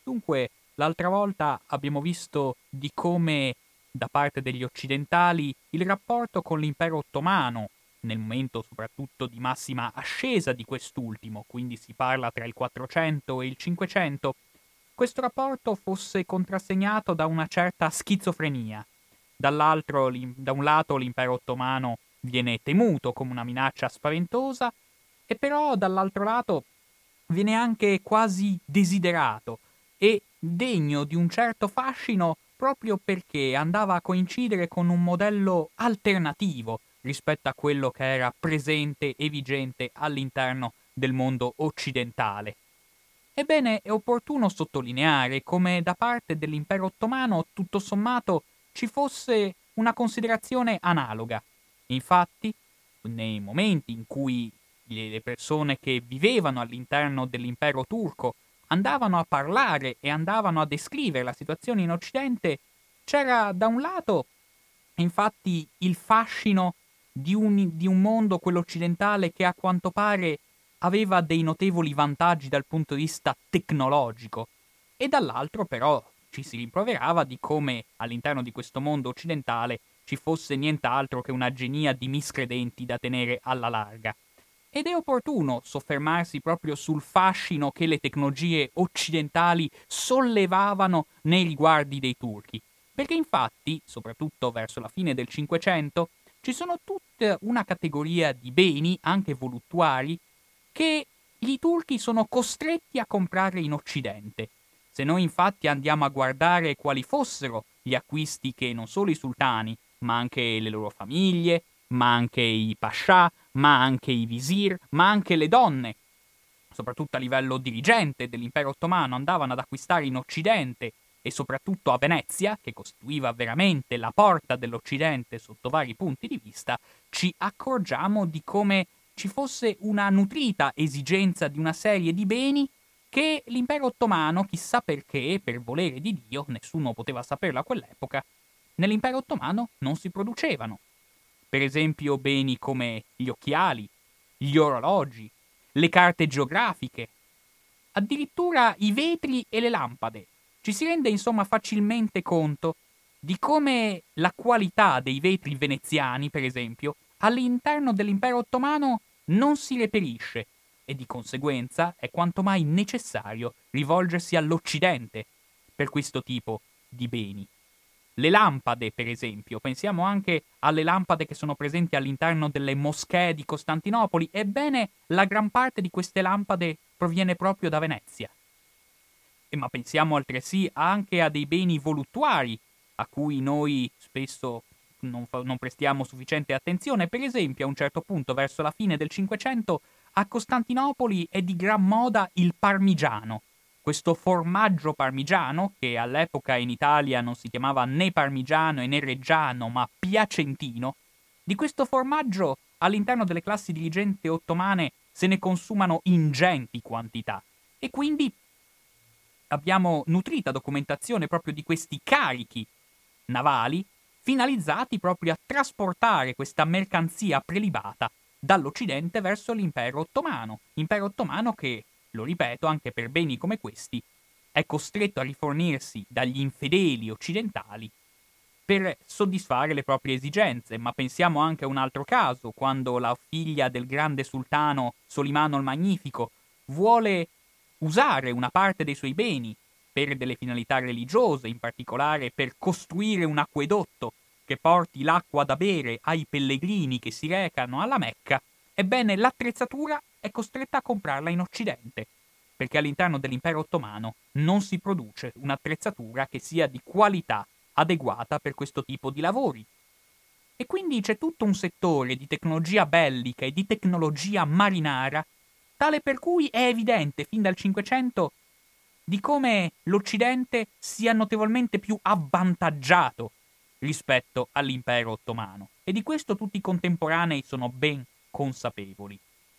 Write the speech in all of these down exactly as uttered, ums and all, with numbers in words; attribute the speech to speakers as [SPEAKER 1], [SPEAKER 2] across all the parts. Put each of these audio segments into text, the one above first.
[SPEAKER 1] Dunque, l'altra volta abbiamo visto di come da parte degli occidentali il rapporto con l'impero ottomano, nel momento soprattutto di massima ascesa di quest'ultimo, quindi si parla tra il quattrocento e il cinquecento, questo rapporto fosse contrassegnato da una certa schizofrenia. Dall'altro, l'im- da un lato l'impero ottomano viene temuto come una minaccia spaventosa, e però dall'altro lato viene anche quasi desiderato e degno di un certo fascino proprio perché andava a coincidere con un modello alternativo rispetto a quello che era presente e vigente all'interno del mondo occidentale. Ebbene, è opportuno sottolineare come da parte dell'impero ottomano, tutto sommato, ci fosse una considerazione analoga. Infatti, nei momenti in cui le persone che vivevano all'interno dell'impero turco andavano a parlare e andavano a descrivere la situazione in Occidente, c'era da un lato, infatti, il fascino di un, di un mondo, quello occidentale, che a quanto pare aveva dei notevoli vantaggi dal punto di vista tecnologico, e dall'altro però ci si rimproverava di come all'interno di questo mondo occidentale ci fosse nient'altro che una genia di miscredenti da tenere alla larga. Ed è opportuno soffermarsi proprio sul fascino che le tecnologie occidentali sollevavano nei riguardi dei turchi, perché infatti, soprattutto verso la fine del Cinquecento, ci sono tutta una categoria di beni, anche voluttuari, che i turchi sono costretti a comprare in Occidente. Se noi infatti andiamo a guardare quali fossero gli acquisti che non solo i sultani, ma anche le loro famiglie, ma anche i pascià, ma anche i visir, ma anche le donne, soprattutto a livello dirigente dell'impero ottomano, andavano ad acquistare in Occidente e soprattutto a Venezia, che costituiva veramente la porta dell'Occidente sotto vari punti di vista, ci accorgiamo di come ci fosse una nutrita esigenza di una serie di beni che l'impero ottomano, chissà perché, per volere di Dio, nessuno poteva saperlo a quell'epoca, nell'impero ottomano non si producevano. Per esempio beni come gli occhiali, gli orologi, le carte geografiche, addirittura i vetri e le lampade. Ci si rende insomma facilmente conto di come la qualità dei vetri veneziani, per esempio, all'interno dell'impero ottomano non si reperisce e di conseguenza è quanto mai necessario rivolgersi all'Occidente per questo tipo di beni. Le lampade, per esempio, pensiamo anche alle lampade che sono presenti all'interno delle moschee di Costantinopoli, ebbene la gran parte di queste lampade proviene proprio da Venezia. E ma pensiamo altresì anche a dei beni voluttuari a cui noi spesso non, fa- non prestiamo sufficiente attenzione. Per esempio, a un certo punto, verso la fine del Cinquecento, a Costantinopoli è di gran moda il parmigiano. Questo formaggio parmigiano, che all'epoca in Italia non si chiamava né parmigiano e né reggiano, ma piacentino, di questo formaggio all'interno delle classi dirigenti ottomane se ne consumano ingenti quantità. E quindi abbiamo nutrita documentazione proprio di questi carichi navali finalizzati proprio a trasportare questa mercanzia prelibata dall'Occidente verso l'impero ottomano. Impero ottomano che, lo ripeto, anche per beni come questi, è costretto a rifornirsi dagli infedeli occidentali per soddisfare le proprie esigenze. Ma pensiamo anche a un altro caso, quando la figlia del grande sultano Solimano il Magnifico vuole usare una parte dei suoi beni per delle finalità religiose, in particolare per costruire un acquedotto che porti l'acqua da bere ai pellegrini che si recano alla Mecca, ebbene l'attrezzatura è costretta a comprarla in Occidente, perché all'interno dell'impero ottomano non si produce un'attrezzatura che sia di qualità adeguata per questo tipo di lavori. E quindi c'è tutto un settore di tecnologia bellica e di tecnologia marinara, tale per cui è evidente fin dal Cinquecento di come l'Occidente sia notevolmente più avvantaggiato rispetto all'impero ottomano. E di questo tutti i contemporanei sono ben consapevoli.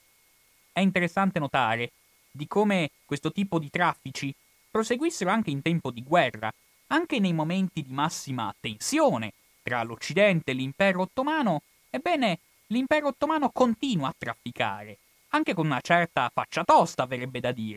[SPEAKER 1] È interessante notare di come questo tipo di traffici proseguissero anche in tempo di guerra, anche nei momenti di massima tensione tra l'Occidente e l'impero ottomano. Ebbene, l'impero ottomano continua a trafficare, anche con una certa faccia tosta, verrebbe da dire,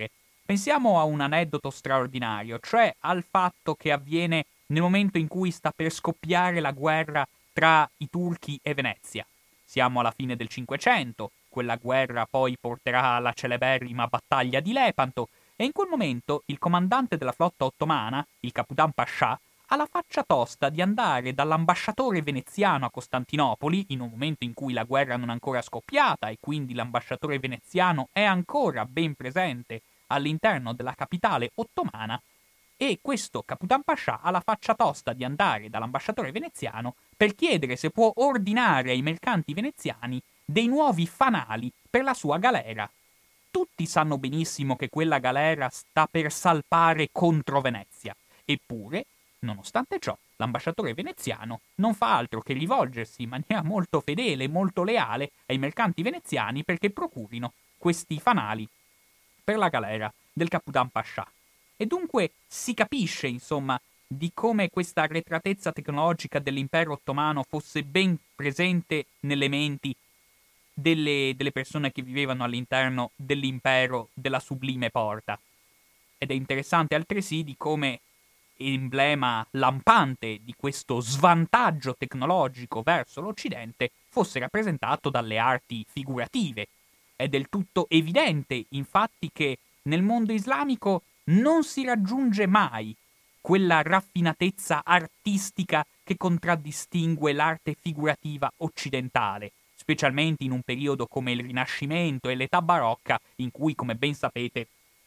[SPEAKER 1] Pensiamo a un aneddoto straordinario, cioè al fatto che avviene nel momento in cui sta per scoppiare la guerra tra i turchi e Venezia. Siamo alla fine del Cinquecento, quella guerra poi porterà alla celeberrima battaglia di Lepanto, e in quel momento il comandante della flotta ottomana, il Capitan Pascià, ha la faccia tosta di andare dall'ambasciatore veneziano a Costantinopoli, in un momento in cui la guerra non è ancora scoppiata e quindi l'ambasciatore veneziano è ancora ben presente all'interno della capitale ottomana, e questo Capitan Pascià ha la faccia tosta di andare dall'ambasciatore veneziano per chiedere se può ordinare ai mercanti veneziani dei nuovi fanali per la sua galera. Tutti sanno benissimo che quella galera sta per salpare contro Venezia, eppure, nonostante ciò, l'ambasciatore veneziano non fa altro che rivolgersi in maniera molto fedele e molto leale ai mercanti veneziani perché procurino questi fanali per la galera del Capitan Pascià. E dunque si capisce, insomma, di come questa arretratezza tecnologica dell'impero ottomano fosse ben presente nelle menti delle, delle persone che vivevano all'interno dell'impero della Sublime Porta. Ed è interessante altresì di come emblema lampante di questo svantaggio tecnologico verso l'Occidente fosse rappresentato dalle arti figurative. È del tutto evidente, infatti, che nel mondo islamico non si raggiunge mai quella raffinatezza artistica che contraddistingue l'arte figurativa occidentale, specialmente in un periodo come il Rinascimento e l'età barocca, in cui, come ben sapete,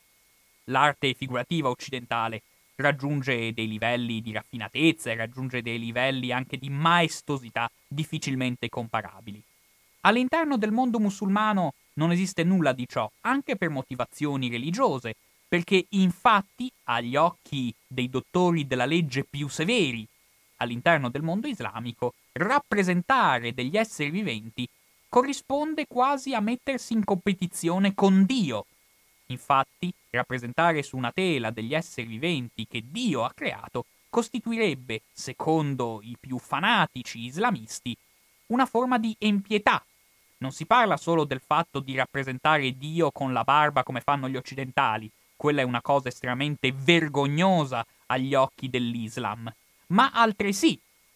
[SPEAKER 1] l'arte figurativa occidentale raggiunge dei livelli di raffinatezza e raggiunge dei livelli anche di maestosità difficilmente comparabili. All'interno del mondo musulmano non esiste nulla di ciò, anche per motivazioni religiose, perché infatti, agli occhi dei dottori della legge più severi all'interno del mondo islamico, rappresentare degli esseri viventi corrisponde quasi a mettersi in competizione con Dio. Infatti, rappresentare su una tela degli esseri viventi che Dio ha creato costituirebbe, secondo i più fanatici islamisti, una forma di empietà. Non si parla solo del fatto di rappresentare Dio con la barba come fanno gli occidentali, quella è una cosa estremamente vergognosa agli occhi dell'Islam, ma altresì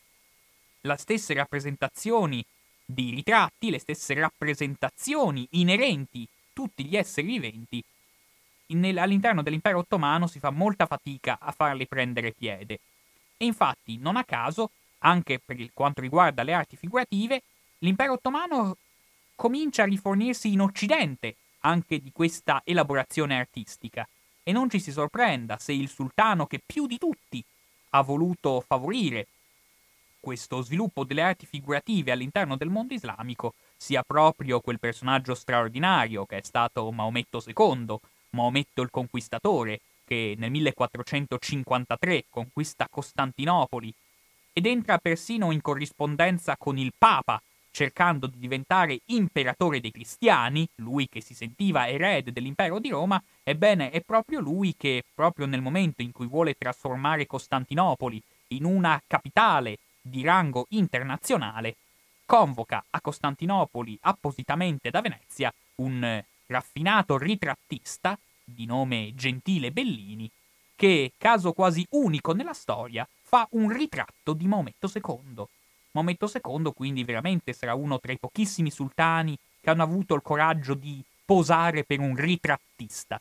[SPEAKER 1] le stesse rappresentazioni di ritratti, le stesse rappresentazioni inerenti tutti gli esseri viventi, nel, all'interno dell'impero ottomano si fa molta fatica a farli prendere piede. E infatti, non a caso, anche per il quanto riguarda le arti figurative, l'impero ottomano comincia a rifornirsi in Occidente anche di questa elaborazione artistica. E non ci si sorprenda se il sultano che più di tutti ha voluto favorire questo sviluppo delle arti figurative all'interno del mondo islamico sia proprio quel personaggio straordinario che è stato Maometto secondo, Maometto il Conquistatore, che nel millequattrocentocinquantatré conquista Costantinopoli ed entra persino in corrispondenza con il Papa, cercando di diventare imperatore dei cristiani, lui che si sentiva erede dell'impero di Roma. Ebbene, è proprio lui che, proprio nel momento in cui vuole trasformare Costantinopoli in una capitale di rango internazionale, convoca a Costantinopoli appositamente da Venezia un raffinato ritrattista di nome Gentile Bellini, che, caso quasi unico nella storia, fa un ritratto di Maometto secondo. Maometto secondo quindi veramente sarà uno tra i pochissimi sultani che hanno avuto il coraggio di posare per un ritrattista.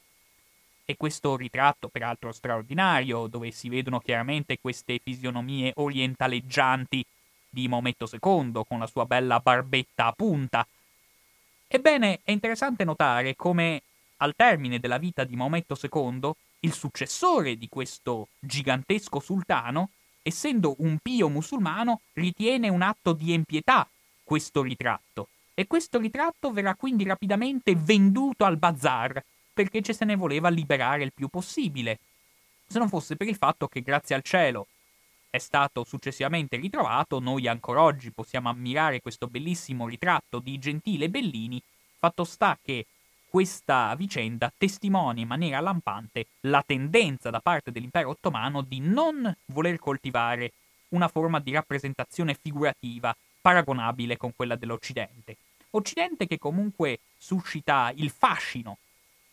[SPEAKER 1] E questo ritratto, peraltro straordinario, dove si vedono chiaramente queste fisionomie orientaleggianti di Maometto secondo, con la sua bella barbetta a punta. Ebbene, è interessante notare come, al termine della vita di Maometto secondo, il successore di questo gigantesco sultano, essendo un pio musulmano, ritiene un atto di empietà questo ritratto. E questo ritratto verrà quindi rapidamente venduto al bazar, perché ci se ne voleva liberare il più possibile. Se non fosse per il fatto che, grazie al cielo, è stato successivamente ritrovato, noi ancora oggi possiamo ammirare questo bellissimo ritratto di Gentile Bellini. Fatto sta che questa vicenda testimonia in maniera lampante la tendenza da parte dell'impero ottomano di non voler coltivare una forma di rappresentazione figurativa paragonabile con quella dell'Occidente. Occidente che comunque suscita il fascino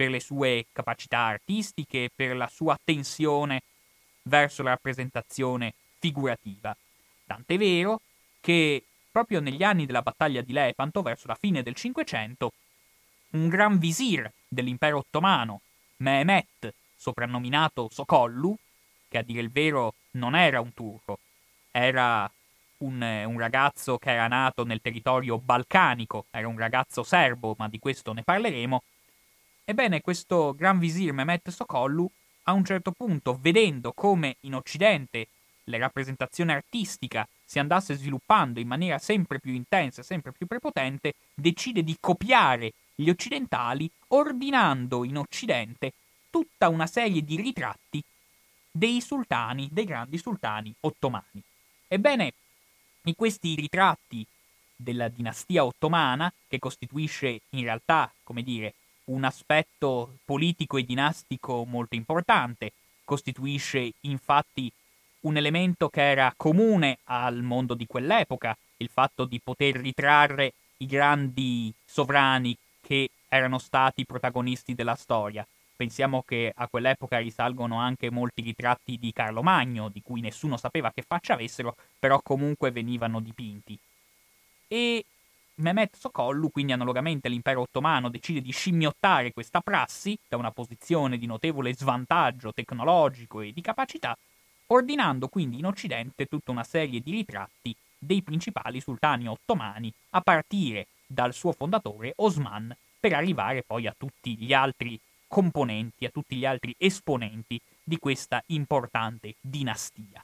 [SPEAKER 1] per le sue capacità artistiche, per la sua attenzione verso la rappresentazione figurativa. Tant'è vero che proprio negli anni della battaglia di Lepanto, verso la fine del Cinquecento, un gran visir dell'impero ottomano, Mehmet, soprannominato Sokollu, che a dire il vero non era un turco, era un, un ragazzo che era nato nel territorio balcanico, era un ragazzo serbo, ma di questo ne parleremo. Ebbene, questo gran visir Mehmet Sokollu, a un certo punto, vedendo come in Occidente la rappresentazione artistica si andasse sviluppando in maniera sempre più intensa, sempre più prepotente, decide di copiare gli occidentali, ordinando in Occidente tutta una serie di ritratti dei sultani, dei grandi sultani ottomani. Ebbene, in questi ritratti della dinastia ottomana, che costituisce in realtà, come dire, un aspetto politico e dinastico molto importante, costituisce infatti un elemento che era comune al mondo di quell'epoca, il fatto di poter ritrarre i grandi sovrani che erano stati protagonisti della storia. Pensiamo che a quell'epoca risalgono anche molti ritratti di Carlo Magno, di cui nessuno sapeva che faccia avessero, però comunque venivano dipinti. E Mehmet Sokollu, quindi analogamente all'impero ottomano, decide di scimmiottare questa prassi da una posizione di notevole svantaggio tecnologico e di capacità, ordinando quindi in Occidente tutta una serie di ritratti dei principali sultani ottomani, a partire dal suo fondatore Osman, per arrivare poi a tutti gli altri componenti, a tutti gli altri esponenti di questa importante dinastia.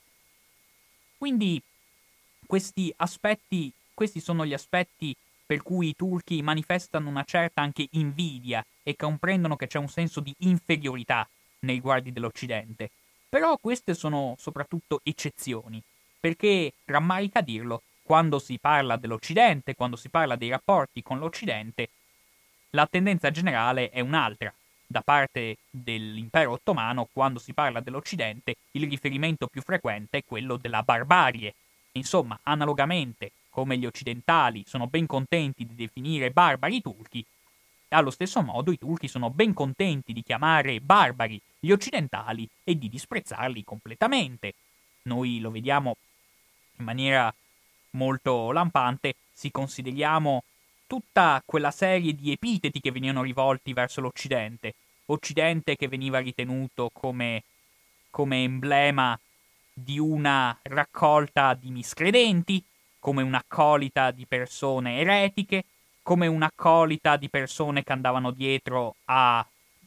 [SPEAKER 1] Quindi questi aspetti, questi sono gli aspetti per cui i turchi manifestano una certa anche invidia e comprendono che c'è un senso di inferiorità nei riguardi dell'Occidente. Però queste sono soprattutto eccezioni, perché, rammarica dirlo, quando si parla dell'Occidente, quando si parla dei rapporti con l'Occidente, la tendenza generale è un'altra. Da parte dell'impero ottomano, quando si parla dell'Occidente, il riferimento più frequente è quello della barbarie. Insomma, analogamente, come gli occidentali sono ben contenti di definire barbari i turchi, allo stesso modo i turchi sono ben contenti di chiamare barbari gli occidentali e di disprezzarli completamente. Noi lo vediamo in maniera molto lampante, si consideriamo tutta quella serie di epiteti che venivano rivolti verso l'Occidente. Occidente che veniva ritenuto come, come emblema di una raccolta di miscredenti, come un'accolita di persone eretiche, come un'accolita di persone che andavano dietro a,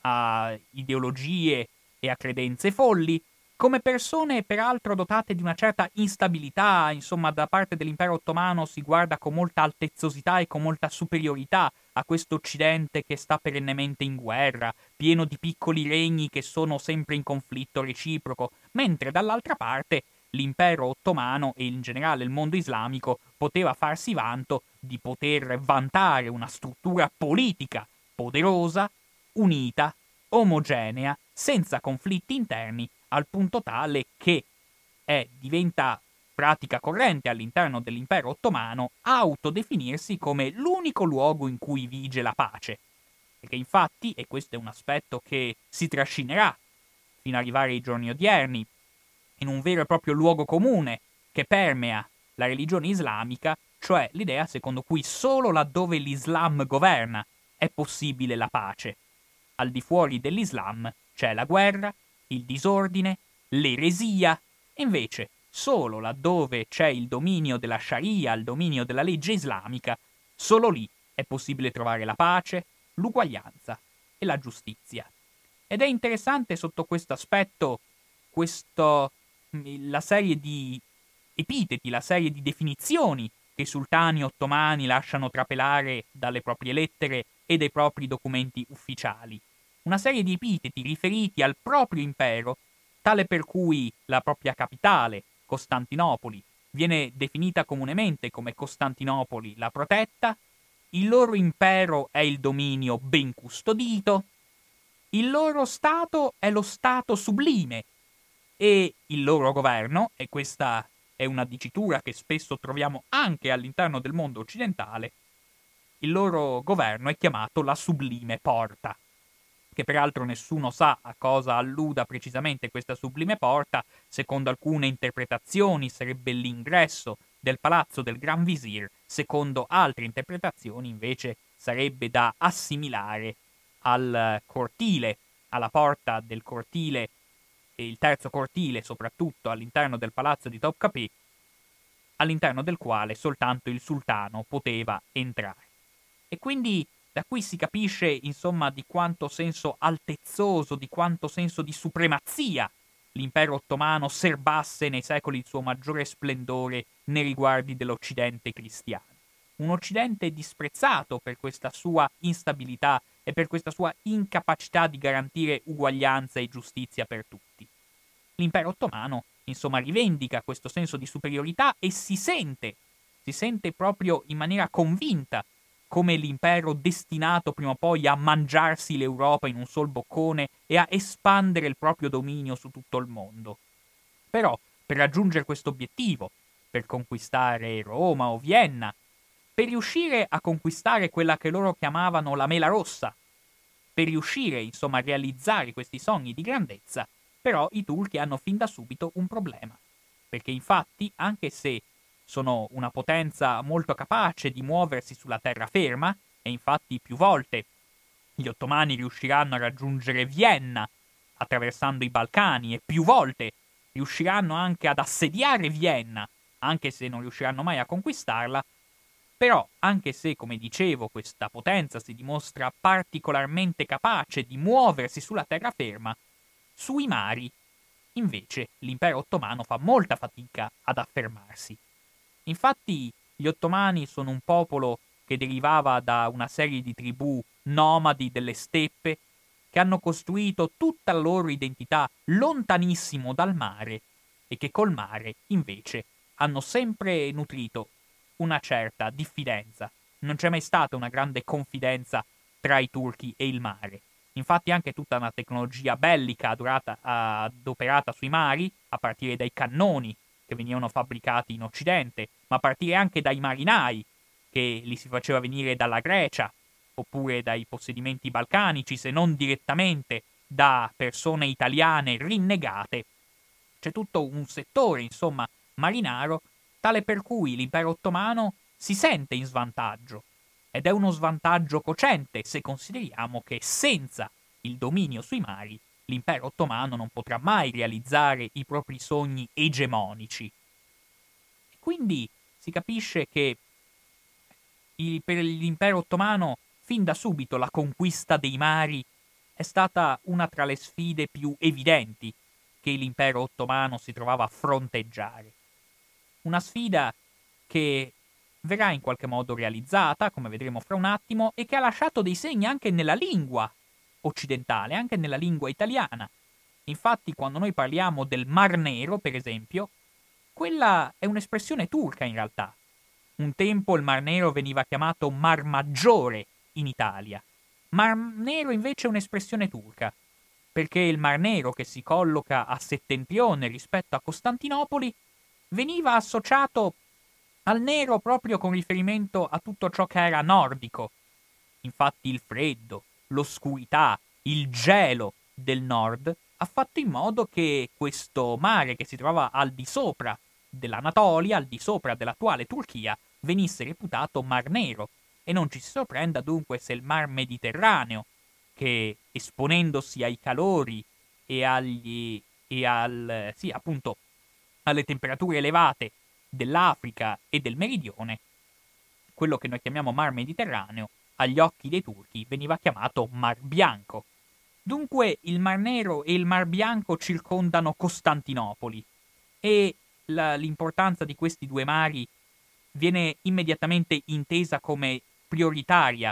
[SPEAKER 1] a ideologie e a credenze folli, come persone peraltro dotate di una certa instabilità. Insomma, da parte dell'impero ottomano si guarda con molta altezzosità e con molta superiorità a questo Occidente che sta perennemente in guerra, pieno di piccoli regni che sono sempre in conflitto reciproco, mentre dall'altra parte l'impero ottomano e in generale il mondo islamico poteva farsi vanto di poter vantare una struttura politica poderosa, unita, omogenea, senza conflitti interni, al punto tale che è, diventa pratica corrente all'interno dell'impero ottomano autodefinirsi come l'unico luogo in cui vige la pace. Perché infatti, e questo è un aspetto che si trascinerà fino ad arrivare ai giorni odierni, in un vero e proprio luogo comune che permea la religione islamica, cioè l'idea secondo cui solo laddove l'Islam governa è possibile la pace. Al di fuori dell'Islam c'è la guerra, il disordine, l'eresia, e invece solo laddove c'è il dominio della Sharia, il dominio della legge islamica, solo lì è possibile trovare la pace, l'uguaglianza e la giustizia. Ed è interessante sotto questo aspetto questo, la serie di epiteti, la serie di definizioni che i sultani ottomani lasciano trapelare dalle proprie lettere e dai propri documenti ufficiali. Una serie di epiteti riferiti al proprio impero, tale per cui la propria capitale, Costantinopoli, viene definita comunemente come Costantinopoli la protetta, il loro impero è il dominio ben custodito, il loro stato è lo stato sublime e il loro governo, e questa è una dicitura che spesso troviamo anche all'interno del mondo occidentale, il loro governo è chiamato la sublime porta. che peraltro nessuno sa a cosa alluda precisamente questa sublime porta. Secondo alcune interpretazioni sarebbe l'ingresso del palazzo del Gran Visir, secondo altre interpretazioni invece sarebbe da assimilare al cortile, alla porta del cortile, il terzo cortile soprattutto all'interno del palazzo di Topkapi, all'interno del quale soltanto il sultano poteva entrare. E quindi da qui si capisce, insomma, di quanto senso altezzoso, di quanto senso di supremazia l'impero ottomano serbasse nei secoli il suo maggiore splendore nei riguardi dell'Occidente cristiano. Un Occidente disprezzato per questa sua instabilità e per questa sua incapacità di garantire uguaglianza e giustizia per tutti. L'impero ottomano, insomma, rivendica questo senso di superiorità e si sente, si sente proprio in maniera convinta come l'impero destinato prima o poi a mangiarsi l'Europa in un sol boccone e a espandere il proprio dominio su tutto il mondo. Però, per raggiungere questo obiettivo, per conquistare Roma o Vienna, per riuscire a conquistare quella che loro chiamavano la mela rossa, per riuscire, insomma, a realizzare questi sogni di grandezza, però i turchi hanno fin da subito un problema. Perché infatti, anche se sono una potenza molto capace di muoversi sulla terraferma, e infatti più volte gli ottomani riusciranno a raggiungere Vienna attraversando i Balcani e più volte riusciranno anche ad assediare Vienna, anche se non riusciranno mai a conquistarla, però anche se, come dicevo, questa potenza si dimostra particolarmente capace di muoversi sulla terraferma, sui mari, invece, l'impero ottomano fa molta fatica ad affermarsi. Infatti, gli ottomani sono un popolo che derivava da una serie di tribù nomadi delle steppe che hanno costruito tutta la loro identità lontanissimo dal mare e che col mare, invece, hanno sempre nutrito una certa diffidenza. Non c'è mai stata una grande confidenza tra i turchi e il mare. Infatti anche tutta una tecnologia bellica durata, adoperata sui mari, a partire dai cannoni che venivano fabbricati in Occidente, ma a partire anche dai marinai, che li si faceva venire dalla Grecia, oppure dai possedimenti balcanici, se non direttamente da persone italiane rinnegate. C'è tutto un settore, insomma, marinaro, tale per cui l'impero ottomano si sente in svantaggio. Ed è uno svantaggio cocente se consideriamo che senza il dominio sui mari l'impero ottomano non potrà mai realizzare i propri sogni egemonici. Quindi si capisce che il, per l'impero ottomano fin da subito la conquista dei mari è stata una tra le sfide più evidenti che l'impero ottomano si trovava a fronteggiare. Una sfida che verrà in qualche modo realizzata, come vedremo fra un attimo, e che ha lasciato dei segni anche nella lingua occidentale, anche nella lingua italiana. Infatti, quando noi parliamo del Mar Nero, per esempio, quella è un'espressione turca in realtà. Un tempo il Mar Nero veniva chiamato Mar Maggiore in Italia. Mar Nero invece è un'espressione turca, perché il Mar Nero, che si colloca a settentrione rispetto a Costantinopoli, veniva associato al nero proprio con riferimento a tutto ciò che era nordico. Infatti il freddo, l'oscurità, il gelo del nord ha fatto in modo che questo mare che si trova al di sopra dell'Anatolia, al di sopra dell'attuale Turchia, venisse reputato Mar Nero. E non ci si sorprenda dunque se il Mar Mediterraneo, che esponendosi ai calori e agli e al sì, appunto alle temperature elevate dell'Africa e del meridione, quello che noi chiamiamo Mar Mediterraneo, agli occhi dei turchi veniva chiamato Mar Bianco. Dunque il Mar Nero e il Mar Bianco circondano Costantinopoli e la, l'importanza di questi due mari viene immediatamente intesa come prioritaria,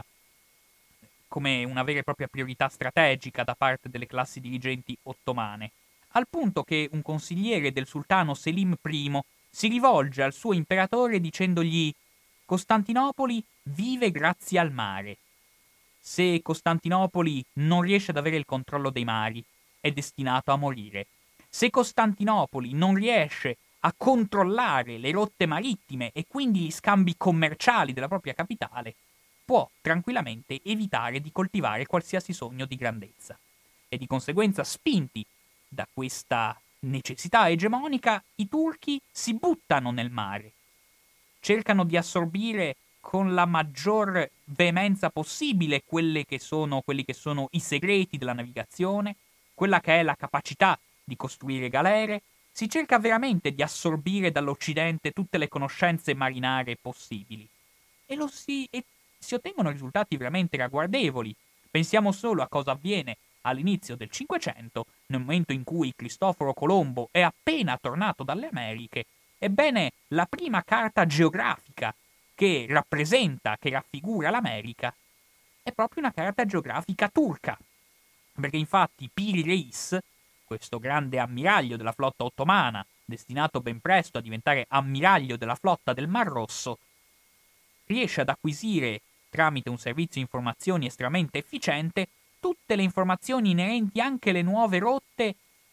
[SPEAKER 1] come una vera e propria priorità strategica da parte delle classi dirigenti ottomane, al punto che un consigliere del sultano Selim I si rivolge al suo imperatore dicendogli: Costantinopoli vive grazie al mare. Se Costantinopoli non riesce ad avere il controllo dei mari, è destinato a morire. Se Costantinopoli non riesce a controllare le rotte marittime e quindi gli scambi commerciali della propria capitale, può tranquillamente evitare di coltivare qualsiasi sogno di grandezza. E di conseguenza, spinti da questa necessità egemonica, i turchi si buttano nel mare, cercano di assorbire con la maggior veemenza possibile quelle che sono, quelli che sono i segreti della navigazione, quella che è la capacità di costruire galere. Si cerca veramente di assorbire dall'Occidente tutte le conoscenze marinare possibili. E, lo si, e si ottengono risultati veramente ragguardevoli. Pensiamo solo a cosa avviene all'inizio del Cinquecento, nel momento in cui Cristoforo Colombo è appena tornato dalle Americhe. Ebbene, la prima carta geografica che rappresenta, che raffigura l'America, è proprio una carta geografica turca. Perché infatti Piri Reis, questo grande ammiraglio della flotta ottomana, destinato ben presto a diventare ammiraglio della flotta del Mar Rosso, riesce ad acquisire, tramite un servizio informazioni estremamente efficiente, tutte le informazioni inerenti anche alle nuove rotte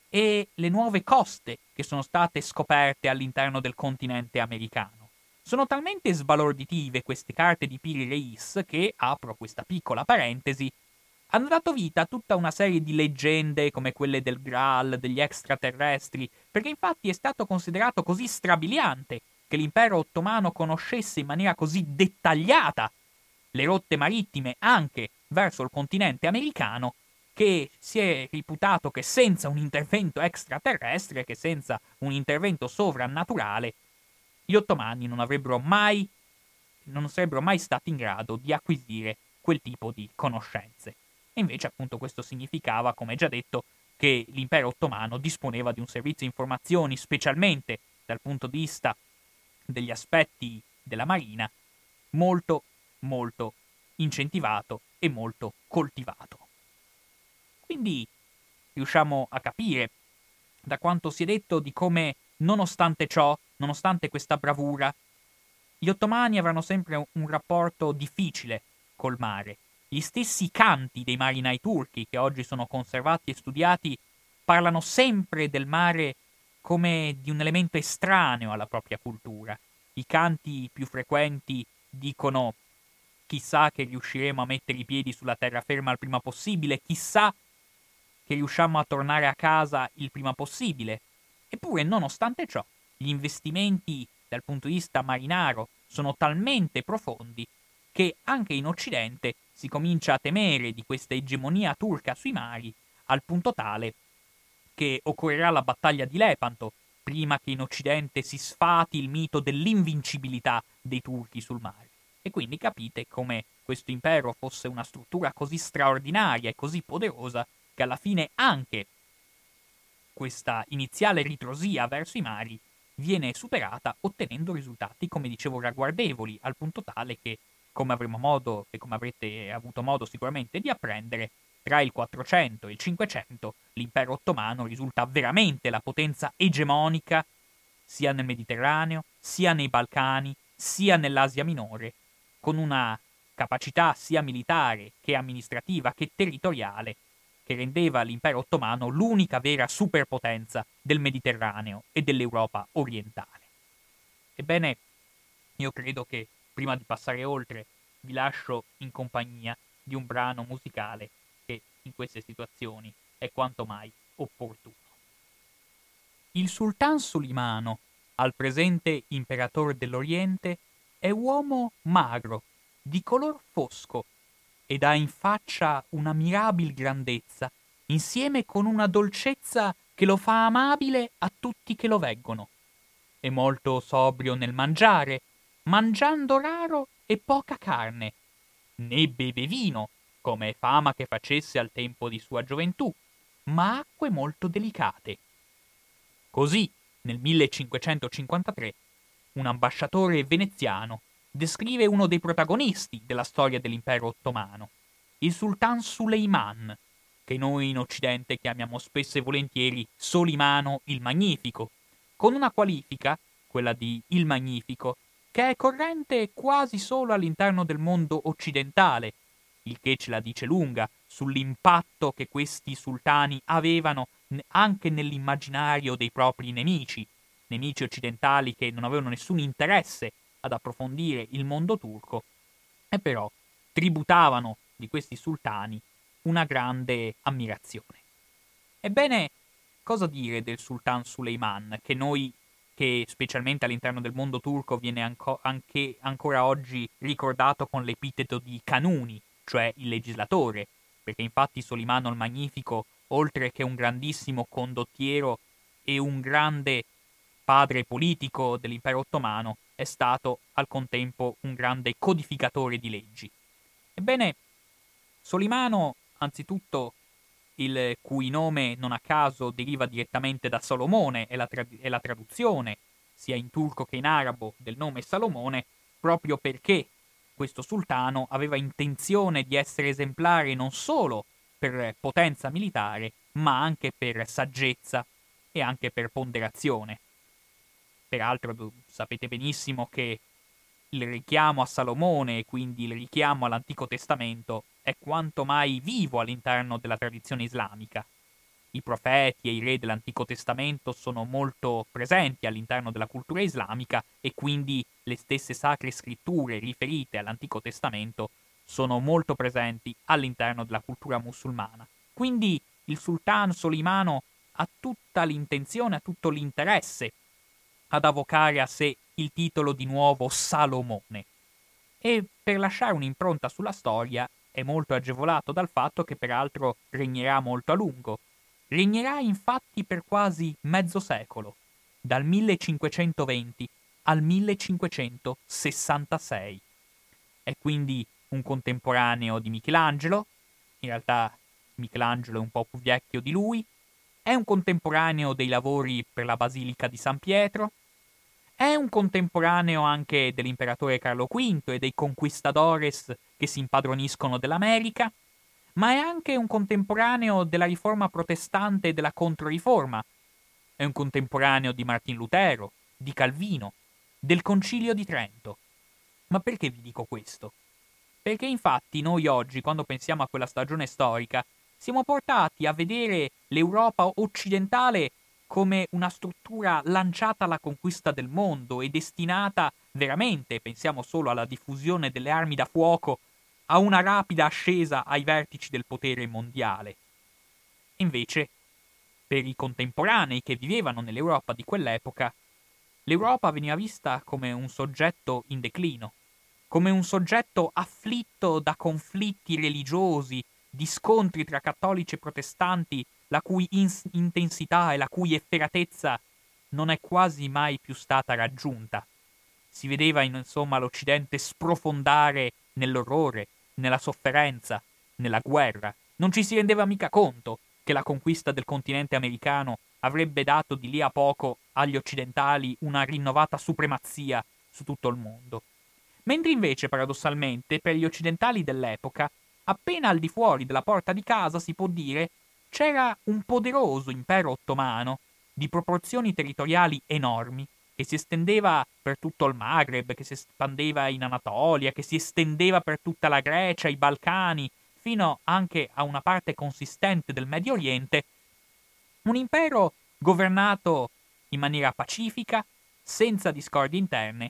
[SPEAKER 1] e le nuove coste che sono state scoperte all'interno del continente americano. Sono talmente sbalorditive queste carte di Piri Reis che, apro questa piccola parentesi, hanno dato vita a tutta una serie di leggende come quelle del Graal, degli extraterrestri, perché infatti è stato considerato così strabiliante che l'impero ottomano conoscesse in maniera così dettagliata le rotte marittime anche verso il continente americano, che si è reputato che senza un intervento extraterrestre, che senza un intervento sovrannaturale, gli ottomani non avrebbero mai, non sarebbero mai stati in grado di acquisire quel tipo di conoscenze. E invece appunto questo significava, come già detto, che l'impero ottomano disponeva di un servizio informazioni, specialmente dal punto di vista degli aspetti della marina, molto, molto incentivato e molto coltivato. Quindi riusciamo a capire da quanto si è detto di come, nonostante ciò, nonostante questa bravura, gli ottomani avranno sempre un rapporto difficile col mare. Gli stessi canti dei marinai turchi, che oggi sono conservati e studiati, parlano sempre del mare come di un elemento estraneo alla propria cultura. I canti più frequenti dicono: chissà che riusciremo a mettere i piedi sulla terraferma il prima possibile, chissà che riusciamo a tornare a casa il prima possibile. Eppure, nonostante ciò, gli investimenti dal punto di vista marinaro sono talmente profondi che anche in Occidente si comincia a temere di questa egemonia turca sui mari, al punto tale che occorrerà la battaglia di Lepanto prima che in Occidente si sfati il mito dell'invincibilità dei turchi sul mare. E quindi capite come questo impero fosse una struttura così straordinaria e così poderosa che alla fine anche questa iniziale ritrosia verso i mari viene superata ottenendo risultati, come dicevo, ragguardevoli, al punto tale che, come avremo modo e come avrete avuto modo sicuramente di apprendere, tra il quattrocento e il cinquecento l'impero ottomano risulta veramente la potenza egemonica sia nel Mediterraneo, sia nei Balcani, sia nell'Asia minore, con una capacità sia militare che amministrativa che territoriale che rendeva l'impero ottomano l'unica vera superpotenza del Mediterraneo e dell'Europa orientale. Ebbene, io credo che prima di passare oltre vi lascio in compagnia di un brano musicale che in queste situazioni è quanto mai opportuno. Il sultan Sulimano, al presente imperatore dell'Oriente, è uomo magro, di color fosco, ed ha in faccia una mirabil grandezza, insieme con una dolcezza che lo fa amabile a tutti che lo veggono. È molto sobrio nel mangiare, mangiando raro e poca carne, né beve vino, come è fama che facesse al tempo di sua gioventù, ma acque molto delicate. Così, nel millecinquecentocinquantatré, un ambasciatore veneziano descrive uno dei protagonisti della storia dell'impero ottomano, il sultan Suleiman, che noi in Occidente chiamiamo spesso e volentieri Solimano il Magnifico, con una qualifica, quella di il Magnifico, che è corrente quasi solo all'interno del mondo occidentale, il che ce la dice lunga sull'impatto che questi sultani avevano anche nell'immaginario dei propri nemici, nemici occidentali che non avevano nessun interesse ad approfondire il mondo turco, e però tributavano di questi sultani una grande ammirazione. Ebbene, cosa dire del sultan Suleiman, che noi, che specialmente all'interno del mondo turco viene anco- anche ancora oggi ricordato con l'epiteto di Kanuni, cioè il legislatore, perché infatti Solimano il Magnifico, oltre che un grandissimo condottiero e un grande padre politico dell'impero ottomano, è stato al contempo un grande codificatore di leggi. Ebbene, Solimano, anzitutto, il cui nome non a caso deriva direttamente da Salomone, è la, trad- è la traduzione, sia in turco che in arabo, del nome Salomone, proprio perché questo sultano aveva intenzione di essere esemplare non solo per potenza militare, ma anche per saggezza e anche per ponderazione. Peraltro sapete benissimo che il richiamo a Salomone e quindi il richiamo all'Antico Testamento è quanto mai vivo all'interno della tradizione islamica. I profeti e i re dell'Antico Testamento sono molto presenti all'interno della cultura islamica e quindi le stesse sacre scritture riferite all'Antico Testamento sono molto presenti all'interno della cultura musulmana. Quindi il sultano Solimano ha tutta l'intenzione, ha tutto l'interesse ad avvocare a sé il titolo di nuovo Salomone. E per lasciare un'impronta sulla storia è molto agevolato dal fatto che peraltro regnerà molto a lungo. Regnerà infatti per quasi mezzo secolo, dal millecinquecentoventi al millecinquecentosessantasei. È quindi un contemporaneo di Michelangelo, in realtà Michelangelo è un po' più vecchio di lui, è un contemporaneo dei lavori per la Basilica di San Pietro, è un contemporaneo anche dell'imperatore Carlo V e dei conquistadores che si impadroniscono dell'America, ma è anche un contemporaneo della riforma protestante e della controriforma. È un contemporaneo di Martin Lutero, di Calvino, del Concilio di Trento. Ma perché vi dico questo? Perché infatti noi oggi, quando pensiamo a quella stagione storica, siamo portati a vedere l'Europa occidentale come una struttura lanciata alla conquista del mondo e destinata veramente, pensiamo solo alla diffusione delle armi da fuoco, a una rapida ascesa ai vertici del potere mondiale. Invece, per i contemporanei che vivevano nell'Europa di quell'epoca, l'Europa veniva vista come un soggetto in declino, come un soggetto afflitto da conflitti religiosi, di scontri tra cattolici e protestanti, la cui ins- intensità e la cui efferatezza non è quasi mai più stata raggiunta. Si vedeva insomma l'Occidente sprofondare nell'orrore, nella sofferenza, nella guerra. Non ci si rendeva mica conto che la conquista del continente americano avrebbe dato di lì a poco agli occidentali una rinnovata supremazia su tutto il mondo. Mentre invece, paradossalmente, per gli occidentali dell'epoca, appena al di fuori della porta di casa si può dire c'era un poderoso impero ottomano di proporzioni territoriali enormi che si estendeva per tutto il Maghreb, che si espandeva in Anatolia, che si estendeva per tutta la Grecia, i Balcani, fino anche a una parte consistente del Medio Oriente, un impero governato in maniera pacifica, senza discordie interne,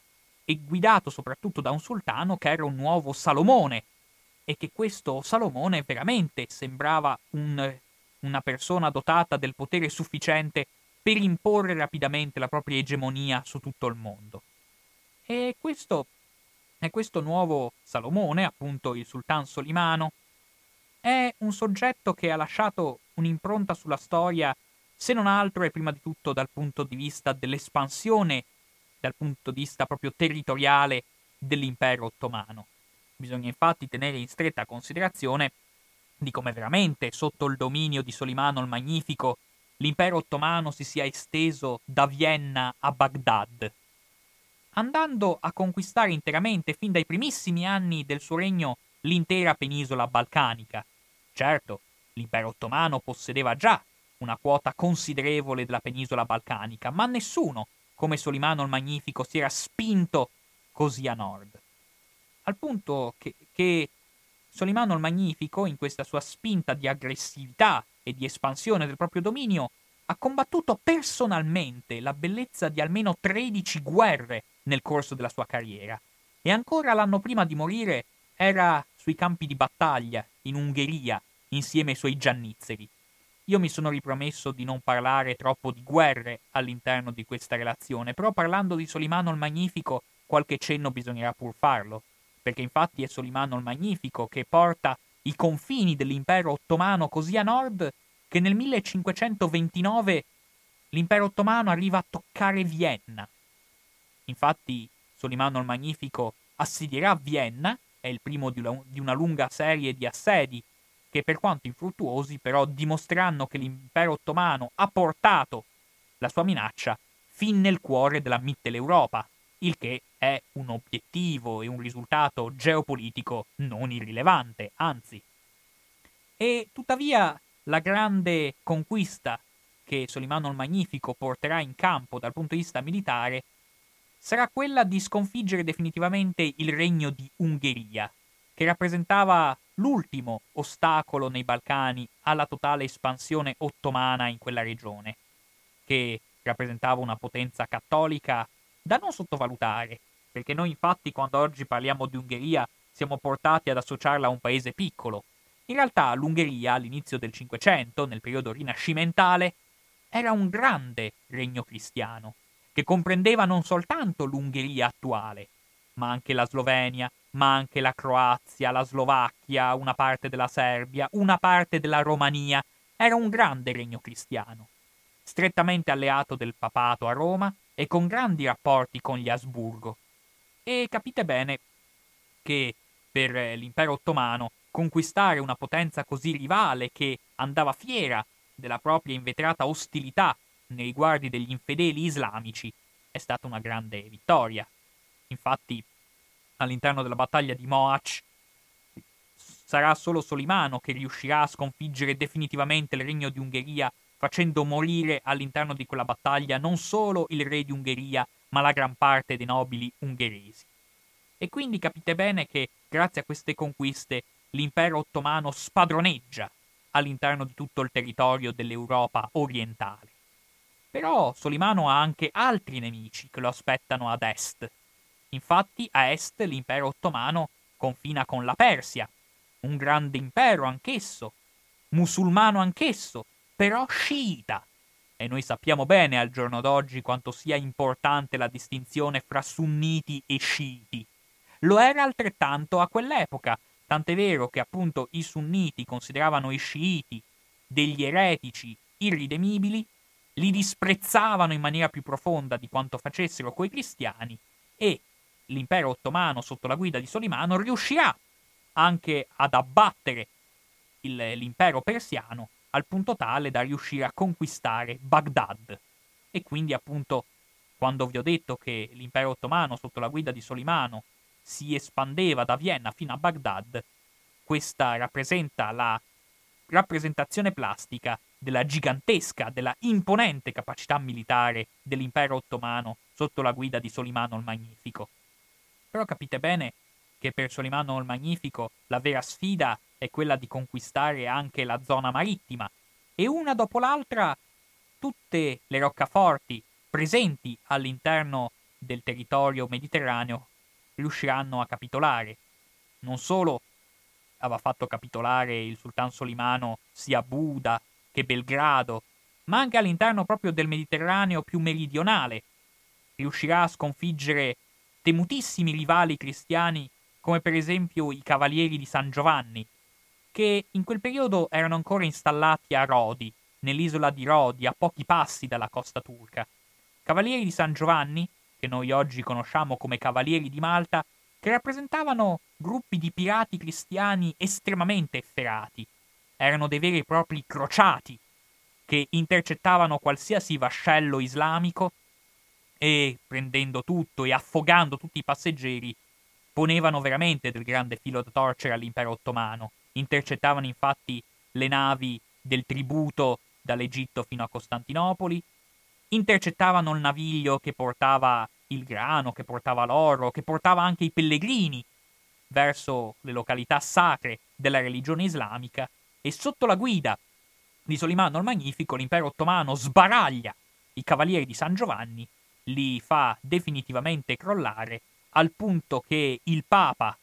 [SPEAKER 1] e guidato soprattutto da un sultano che era un nuovo Salomone, e che questo Salomone veramente sembrava un, una persona dotata del potere sufficiente per imporre rapidamente la propria egemonia su tutto il mondo. E questo è questo nuovo Salomone, appunto il sultan Solimano, è un soggetto che ha lasciato un'impronta sulla storia, se non altro e prima di tutto dal punto di vista dell'espansione, dal punto di vista proprio territoriale dell'impero ottomano. Bisogna infatti tenere in stretta considerazione di come veramente, sotto il dominio di Solimano il Magnifico, l'impero ottomano si sia esteso da Vienna a Baghdad, andando a conquistare interamente, fin dai primissimi anni del suo regno, l'intera penisola balcanica. Certo, l'impero ottomano possedeva già una quota considerevole della penisola balcanica, ma nessuno, come Solimano il Magnifico, si era spinto così a nord. Al punto che, che Solimano il Magnifico, in questa sua spinta di aggressività e di espansione del proprio dominio, ha combattuto personalmente la bellezza di almeno tredici guerre nel corso della sua carriera. E ancora l'anno prima di morire era sui campi di battaglia, in Ungheria, insieme ai suoi giannizzeri. Io mi sono ripromesso di non parlare troppo di guerre all'interno di questa relazione, però parlando di Solimano il Magnifico qualche cenno bisognerà pur farlo, perché infatti è Solimano il Magnifico che porta i confini dell'impero ottomano così a nord che nel millecinquecentoventinove l'impero ottomano arriva a toccare Vienna. Infatti Solimano il Magnifico assedierà Vienna, è il primo di una, di una lunga serie di assedi che, per quanto infruttuosi, però dimostreranno che l'impero ottomano ha portato la sua minaccia fin nel cuore della Mitteleuropa, il che è un obiettivo e un risultato geopolitico non irrilevante, anzi. E tuttavia la grande conquista che Solimano il Magnifico porterà in campo dal punto di vista militare sarà quella di sconfiggere definitivamente il regno di Ungheria, che rappresentava l'ultimo ostacolo nei Balcani alla totale espansione ottomana in quella regione, che rappresentava una potenza cattolica da non sottovalutare, perché noi infatti quando oggi parliamo di Ungheria siamo portati ad associarla a un paese piccolo. In realtà l'Ungheria all'inizio del Cinquecento, nel periodo rinascimentale, era un grande regno cristiano, che comprendeva non soltanto l'Ungheria attuale, ma anche la Slovenia, ma anche la Croazia, la Slovacchia, una parte della Serbia, una parte della Romania. Era un grande regno cristiano, strettamente alleato del papato a Roma e con grandi rapporti con gli Asburgo. E capite bene che per l'impero ottomano conquistare una potenza così rivale che andava fiera della propria inveterata ostilità nei riguardi degli infedeli islamici è stata una grande vittoria. Infatti, all'interno della battaglia di Mohacs sarà solo Solimano che riuscirà a sconfiggere definitivamente il regno di Ungheria, facendo morire all'interno di quella battaglia non solo il re di Ungheria, ma la gran parte dei nobili ungheresi. E quindi capite bene che, grazie a queste conquiste, l'impero ottomano spadroneggia all'interno di tutto il territorio dell'Europa orientale. Però Solimano ha anche altri nemici che lo aspettano ad est. Infatti a est l'impero ottomano confina con la Persia, un grande impero anch'esso, musulmano anch'esso, però sciita. E noi sappiamo bene al giorno d'oggi quanto sia importante la distinzione fra sunniti e sciiti. Lo era altrettanto a quell'epoca, tant'è vero che appunto i sunniti consideravano i sciiti degli eretici irridemibili, li disprezzavano in maniera più profonda di quanto facessero coi cristiani, e l'impero ottomano sotto la guida di Solimano riuscirà anche ad abbattere il, l'impero persiano al punto tale da riuscire a conquistare Baghdad. E quindi appunto quando vi ho detto che l'impero ottomano sotto la guida di Solimano si espandeva da Vienna fino a Baghdad, questa rappresenta la rappresentazione plastica della gigantesca, della imponente capacità militare dell'impero ottomano sotto la guida di Solimano il Magnifico. Però capite bene che per Solimano il Magnifico la vera sfida è quella di conquistare anche la zona marittima, e una dopo l'altra tutte le roccaforti presenti all'interno del territorio mediterraneo riusciranno a capitolare. Non solo aveva fatto capitolare il sultano Solimano sia Buda che Belgrado, ma anche all'interno proprio del Mediterraneo più meridionale riuscirà a sconfiggere temutissimi rivali cristiani come per esempio i Cavalieri di San Giovanni, che in quel periodo erano ancora installati a Rodi, nell'isola di Rodi, a pochi passi dalla costa turca. Cavalieri di San Giovanni, che noi oggi conosciamo come Cavalieri di Malta, che rappresentavano gruppi di pirati cristiani estremamente efferati. Erano dei veri e propri crociati, che intercettavano qualsiasi vascello islamico e, prendendo tutto e affogando tutti i passeggeri, ponevano veramente del grande filo da torcere all'impero ottomano. Intercettavano infatti le navi del tributo dall'Egitto fino a Costantinopoli, intercettavano il naviglio che portava il grano, che portava l'oro, che portava anche i pellegrini verso le località sacre della religione islamica, e sotto la guida di Solimano il Magnifico l'impero ottomano sbaraglia i Cavalieri di San Giovanni, li fa definitivamente crollare, al punto che il Papa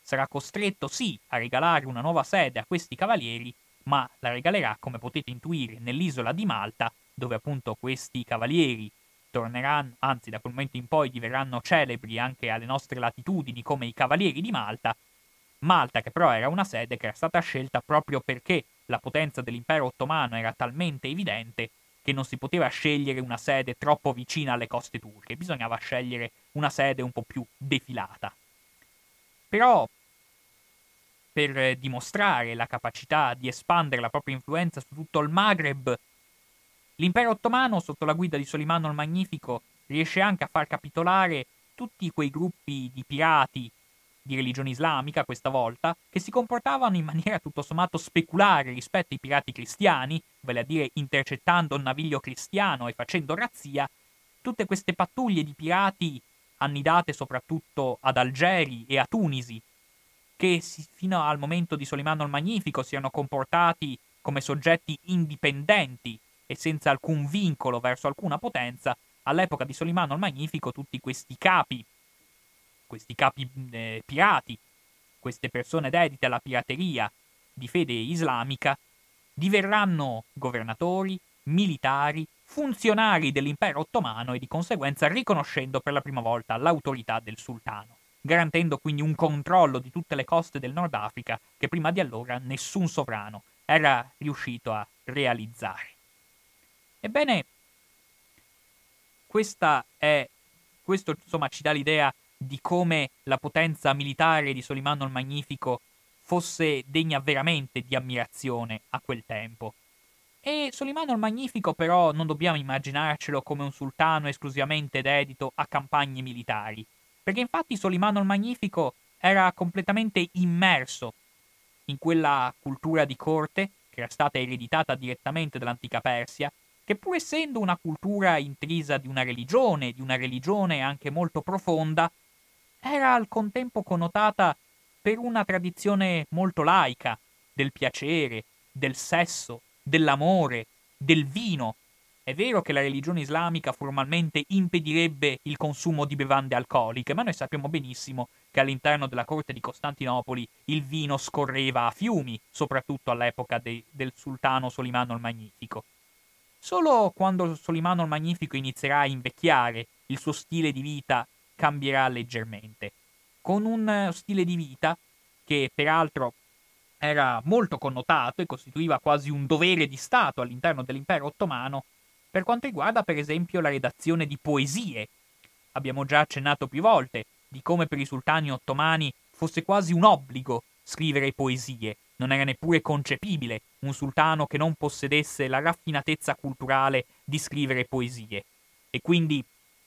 [SPEAKER 1] sarà costretto sì a regalare una nuova sede a questi cavalieri, ma la regalerà, come potete intuire, nell'isola di Malta, dove appunto questi cavalieri torneranno, anzi da quel momento in poi diverranno celebri anche alle nostre latitudini come i Cavalieri di Malta. Malta, che però era una sede che era stata scelta proprio perché la potenza dell'impero ottomano era talmente evidente che non si poteva scegliere una sede troppo vicina alle coste turche, bisognava scegliere una sede un po' più defilata. Però, per dimostrare la capacità di espandere la propria influenza su tutto il Maghreb, l'impero ottomano, sotto la guida di Solimano il Magnifico, riesce anche a far capitolare tutti quei gruppi di pirati di religione islamica, questa volta, che si comportavano in maniera tutto sommato speculare rispetto ai pirati cristiani, vale a dire intercettando un naviglio cristiano e facendo razzia. Tutte queste pattuglie di pirati annidate soprattutto ad Algeri e a Tunisi, che si, fino al momento di Solimano il Magnifico si erano comportati come soggetti indipendenti e senza alcun vincolo verso alcuna potenza, all'epoca di Solimano il Magnifico tutti questi capi, questi capi eh, pirati, queste persone dedite alla pirateria di fede islamica, diverranno governatori, militari, funzionari dell'impero ottomano e di conseguenza riconoscendo per la prima volta l'autorità del sultano, garantendo quindi un controllo di tutte le coste del Nord Africa che prima di allora nessun sovrano era riuscito a realizzare. Ebbene, questa è, questo insomma ci dà l'idea di come la potenza militare di Solimano il Magnifico fosse degna veramente di ammirazione a quel tempo. E Solimano il Magnifico però non dobbiamo immaginarcelo come un sultano esclusivamente dedito a campagne militari, perché infatti Solimano il Magnifico era completamente immerso in quella cultura di corte che era stata ereditata direttamente dall'antica Persia, che pur essendo una cultura intrisa di una religione, di una religione anche molto profonda, era al contempo connotata per una tradizione molto laica, del piacere, del sesso, dell'amore, del vino. È vero che la religione islamica formalmente impedirebbe il consumo di bevande alcoliche, ma noi sappiamo benissimo che all'interno della corte di Costantinopoli il vino scorreva a fiumi, soprattutto all'epoca de- del sultano Solimano il Magnifico. Solo quando Solimano il Magnifico inizierà a invecchiare, il suo stile di vita cambierà leggermente, con un stile di vita che peraltro era molto connotato e costituiva quasi un dovere di Stato all'interno dell'impero ottomano, per quanto riguarda per esempio la redazione di poesie. Abbiamo già accennato più volte di come per i sultani ottomani fosse quasi un obbligo scrivere poesie, non era neppure concepibile un sultano che non possedesse la raffinatezza culturale di scrivere poesie. E quindi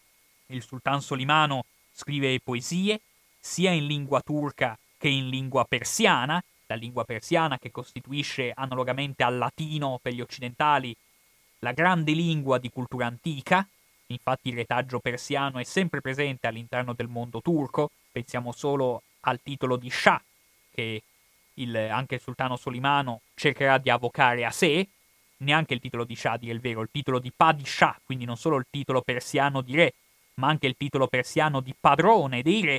[SPEAKER 1] il sultano Solimano scrive poesie sia in lingua turca che in lingua persiana, la lingua persiana che costituisce analogamente al latino per gli occidentali la grande lingua di cultura antica. Infatti il retaggio persiano è sempre presente all'interno del mondo turco, pensiamo solo al titolo di Shah, che il, anche il sultano Solimano cercherà di avvocare a sé, neanche il titolo di Shah, a dire il vero, il titolo di Padishah, quindi non solo il titolo persiano di re, ma anche il titolo persiano di padrone dei re,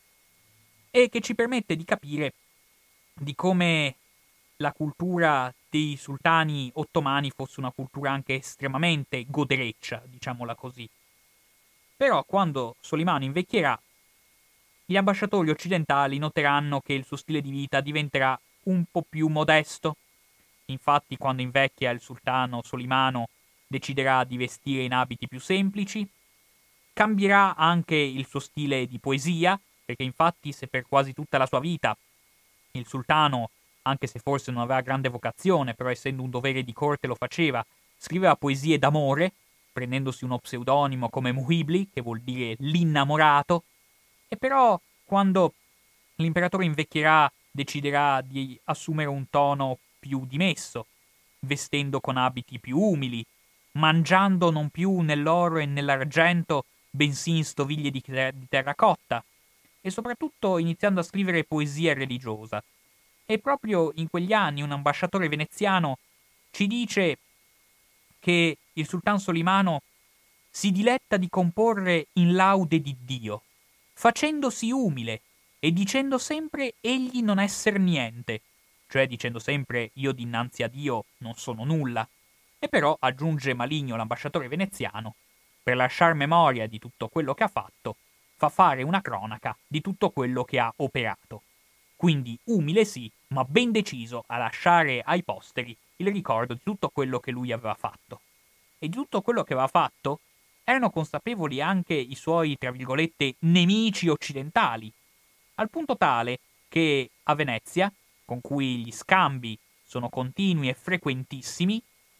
[SPEAKER 1] e che ci permette di capire di come la cultura dei sultani ottomani fosse una cultura anche estremamente godereccia, diciamola così. Però quando Solimano invecchierà, gli ambasciatori occidentali noteranno che il suo stile di vita diventerà un po' più modesto. Infatti, quando invecchia il sultano Solimano deciderà di vestire in abiti più semplici, cambierà anche il suo stile di poesia, perché infatti se per quasi tutta la sua vita il sultano, anche se forse non aveva grande vocazione, però essendo un dovere di corte lo faceva, scriveva poesie d'amore, prendendosi uno pseudonimo come Muhibli, che vuol dire l'innamorato, e però quando l'imperatore invecchierà deciderà di assumere un tono più dimesso, vestendo con abiti più umili, mangiando non più nell'oro e nell'argento, bensì in stoviglie di, ter- di terracotta, e soprattutto iniziando a scrivere poesia religiosa. E proprio in quegli anni un ambasciatore veneziano ci dice che il sultano Solimano si diletta di comporre in laude di Dio, facendosi umile e dicendo sempre egli non esser niente, cioè dicendo sempre io dinanzi a Dio non sono nulla. E però, aggiunge Maligno l'ambasciatore veneziano, per lasciar memoria di tutto quello che ha fatto, fa fare una cronaca di tutto quello che ha operato. Quindi umile sì, ma ben deciso a lasciare ai posteri il ricordo di tutto quello che lui aveva fatto. E di tutto quello che aveva fatto erano consapevoli anche i suoi, tra virgolette, nemici occidentali, al punto tale che a Venezia, con cui gli scambi sono continui e frequentissimi,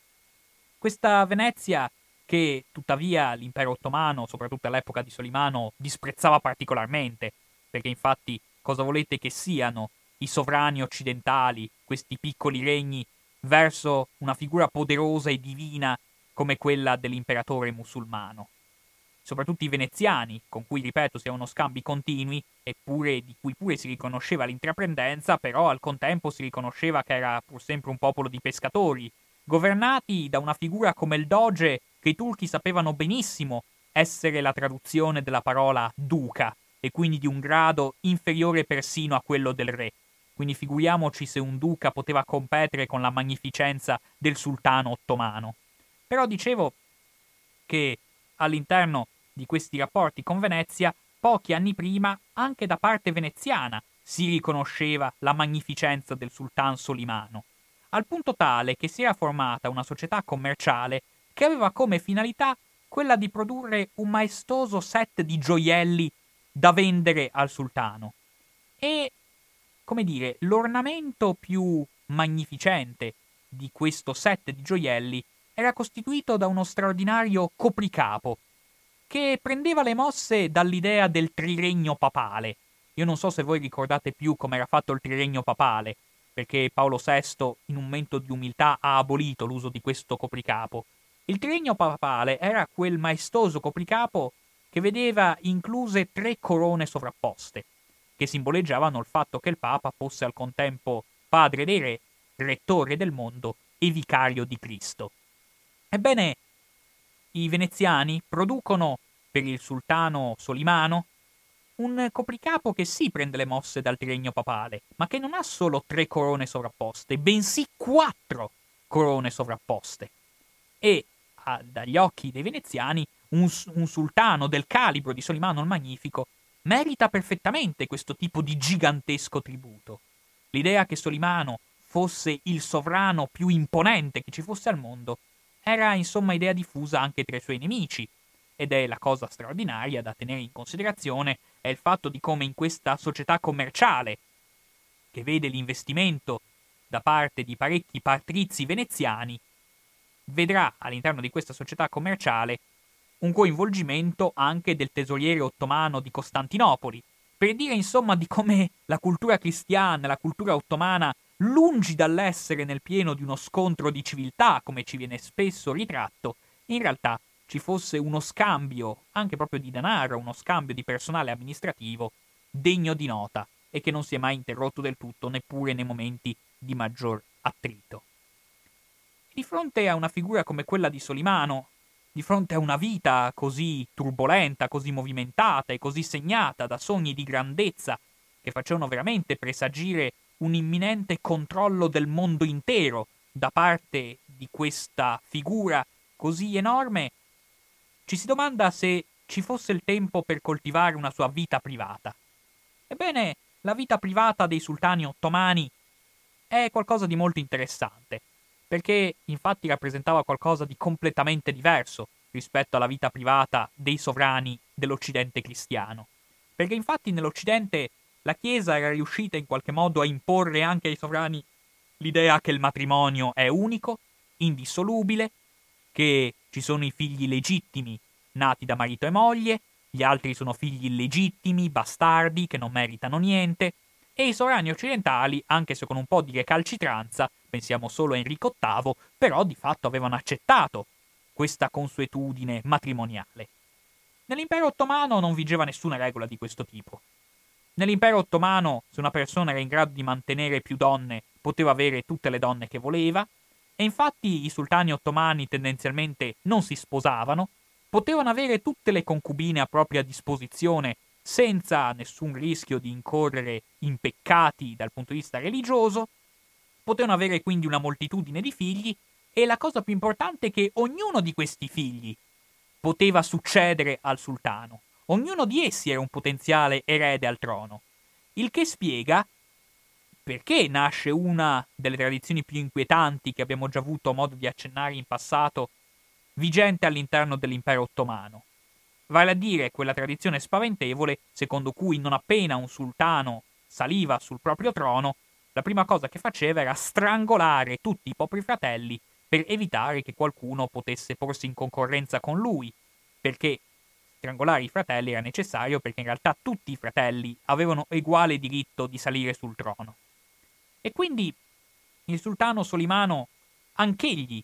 [SPEAKER 1] questa Venezia che tuttavia l'impero ottomano, soprattutto all'epoca di Solimano, disprezzava particolarmente, perché infatti cosa volete che siano i sovrani occidentali, questi piccoli regni, verso una figura poderosa e divina come quella dell'imperatore musulmano? Soprattutto i veneziani, con cui, ripeto, si avevano scambi continui, eppure di cui pure si riconosceva l'intraprendenza, però al contempo si riconosceva che era pur sempre un popolo di pescatori, governati da una figura come il doge, che i turchi sapevano benissimo essere la traduzione della parola duca, e quindi di un grado inferiore persino a quello del re. Quindi figuriamoci se un duca poteva competere con la magnificenza del sultano ottomano. Però dicevo che all'interno di questi rapporti con Venezia, pochi anni prima, anche da parte veneziana, si riconosceva la magnificenza del sultan Solimano, al punto tale che si era formata una società commerciale che aveva come finalità quella di produrre un maestoso set di gioielli da vendere al sultano. E, come dire, l'ornamento più magnificente di questo set di gioielli era costituito da uno straordinario copricapo, che prendeva le mosse dall'idea del triregno papale. Io non so se voi ricordate più come era fatto il triregno papale, perché Paolo sesto, in un momento di umiltà, ha abolito l'uso di questo copricapo. Il triregno papale era quel maestoso copricapo che vedeva incluse tre corone sovrapposte, che simboleggiavano il fatto che il Papa fosse al contempo padre dei re, rettore del mondo e vicario di Cristo. Ebbene, i veneziani producono per il sultano Solimano un copricapo che sì prende le mosse dal triregno papale, ma che non ha solo tre corone sovrapposte, bensì quattro corone sovrapposte. E a, dagli occhi dei veneziani un, un sultano del calibro di Solimano il Magnifico merita perfettamente questo tipo di gigantesco tributo. L'idea che Solimano fosse il sovrano più imponente che ci fosse al mondo era insomma idea diffusa anche tra i suoi nemici, ed è la cosa straordinaria da tenere in considerazione è il fatto di come in questa società commerciale, che vede l'investimento da parte di parecchi patrizi veneziani, vedrà all'interno di questa società commerciale un coinvolgimento anche del tesoriere ottomano di Costantinopoli, per dire insomma di come la cultura cristiana, la cultura ottomana, lungi dall'essere nel pieno di uno scontro di civiltà, come ci viene spesso ritratto, in realtà ci fosse uno scambio, anche proprio di denaro, uno scambio di personale amministrativo degno di nota e che non si è mai interrotto del tutto, neppure nei momenti di maggior attrito. Di fronte a una figura come quella di Solimano, di fronte a una vita così turbolenta, così movimentata e così segnata da sogni di grandezza che facevano veramente presagire un imminente controllo del mondo intero da parte di questa figura così enorme, ci si domanda se ci fosse il tempo per coltivare una sua vita privata. Ebbene, la vita privata dei sultani ottomani è qualcosa di molto interessante, perché infatti rappresentava qualcosa di completamente diverso rispetto alla vita privata dei sovrani dell'Occidente cristiano. Perché infatti nell'Occidente la Chiesa era riuscita in qualche modo a imporre anche ai sovrani l'idea che il matrimonio è unico, indissolubile, che ci sono i figli legittimi nati da marito e moglie, gli altri sono figli illegittimi, bastardi, che non meritano niente, e i sovrani occidentali, anche se con un po' di recalcitranza, pensiamo solo a Enrico ottavo, però di fatto avevano accettato questa consuetudine matrimoniale. Nell'impero ottomano non vigeva nessuna regola di questo tipo. Nell'impero ottomano, se una persona era in grado di mantenere più donne, poteva avere tutte le donne che voleva, e infatti i sultani ottomani tendenzialmente non si sposavano, potevano avere tutte le concubine a propria disposizione senza nessun rischio di incorrere in peccati dal punto di vista religioso, potevano avere quindi una moltitudine di figli e la cosa più importante è che ognuno di questi figli poteva succedere al sultano. Ognuno di essi era un potenziale erede al trono, il che spiega perché nasce una delle tradizioni più inquietanti che abbiamo già avuto modo di accennare in passato, vigente all'interno dell'impero ottomano. Vale a dire quella tradizione spaventevole secondo cui non appena un sultano saliva sul proprio trono, la prima cosa che faceva era strangolare tutti i propri fratelli per evitare che qualcuno potesse porsi in concorrenza con lui, perché strangolare i fratelli era necessario perché in realtà tutti i fratelli avevano uguale diritto di salire sul trono. E quindi il sultano Solimano, anch'egli,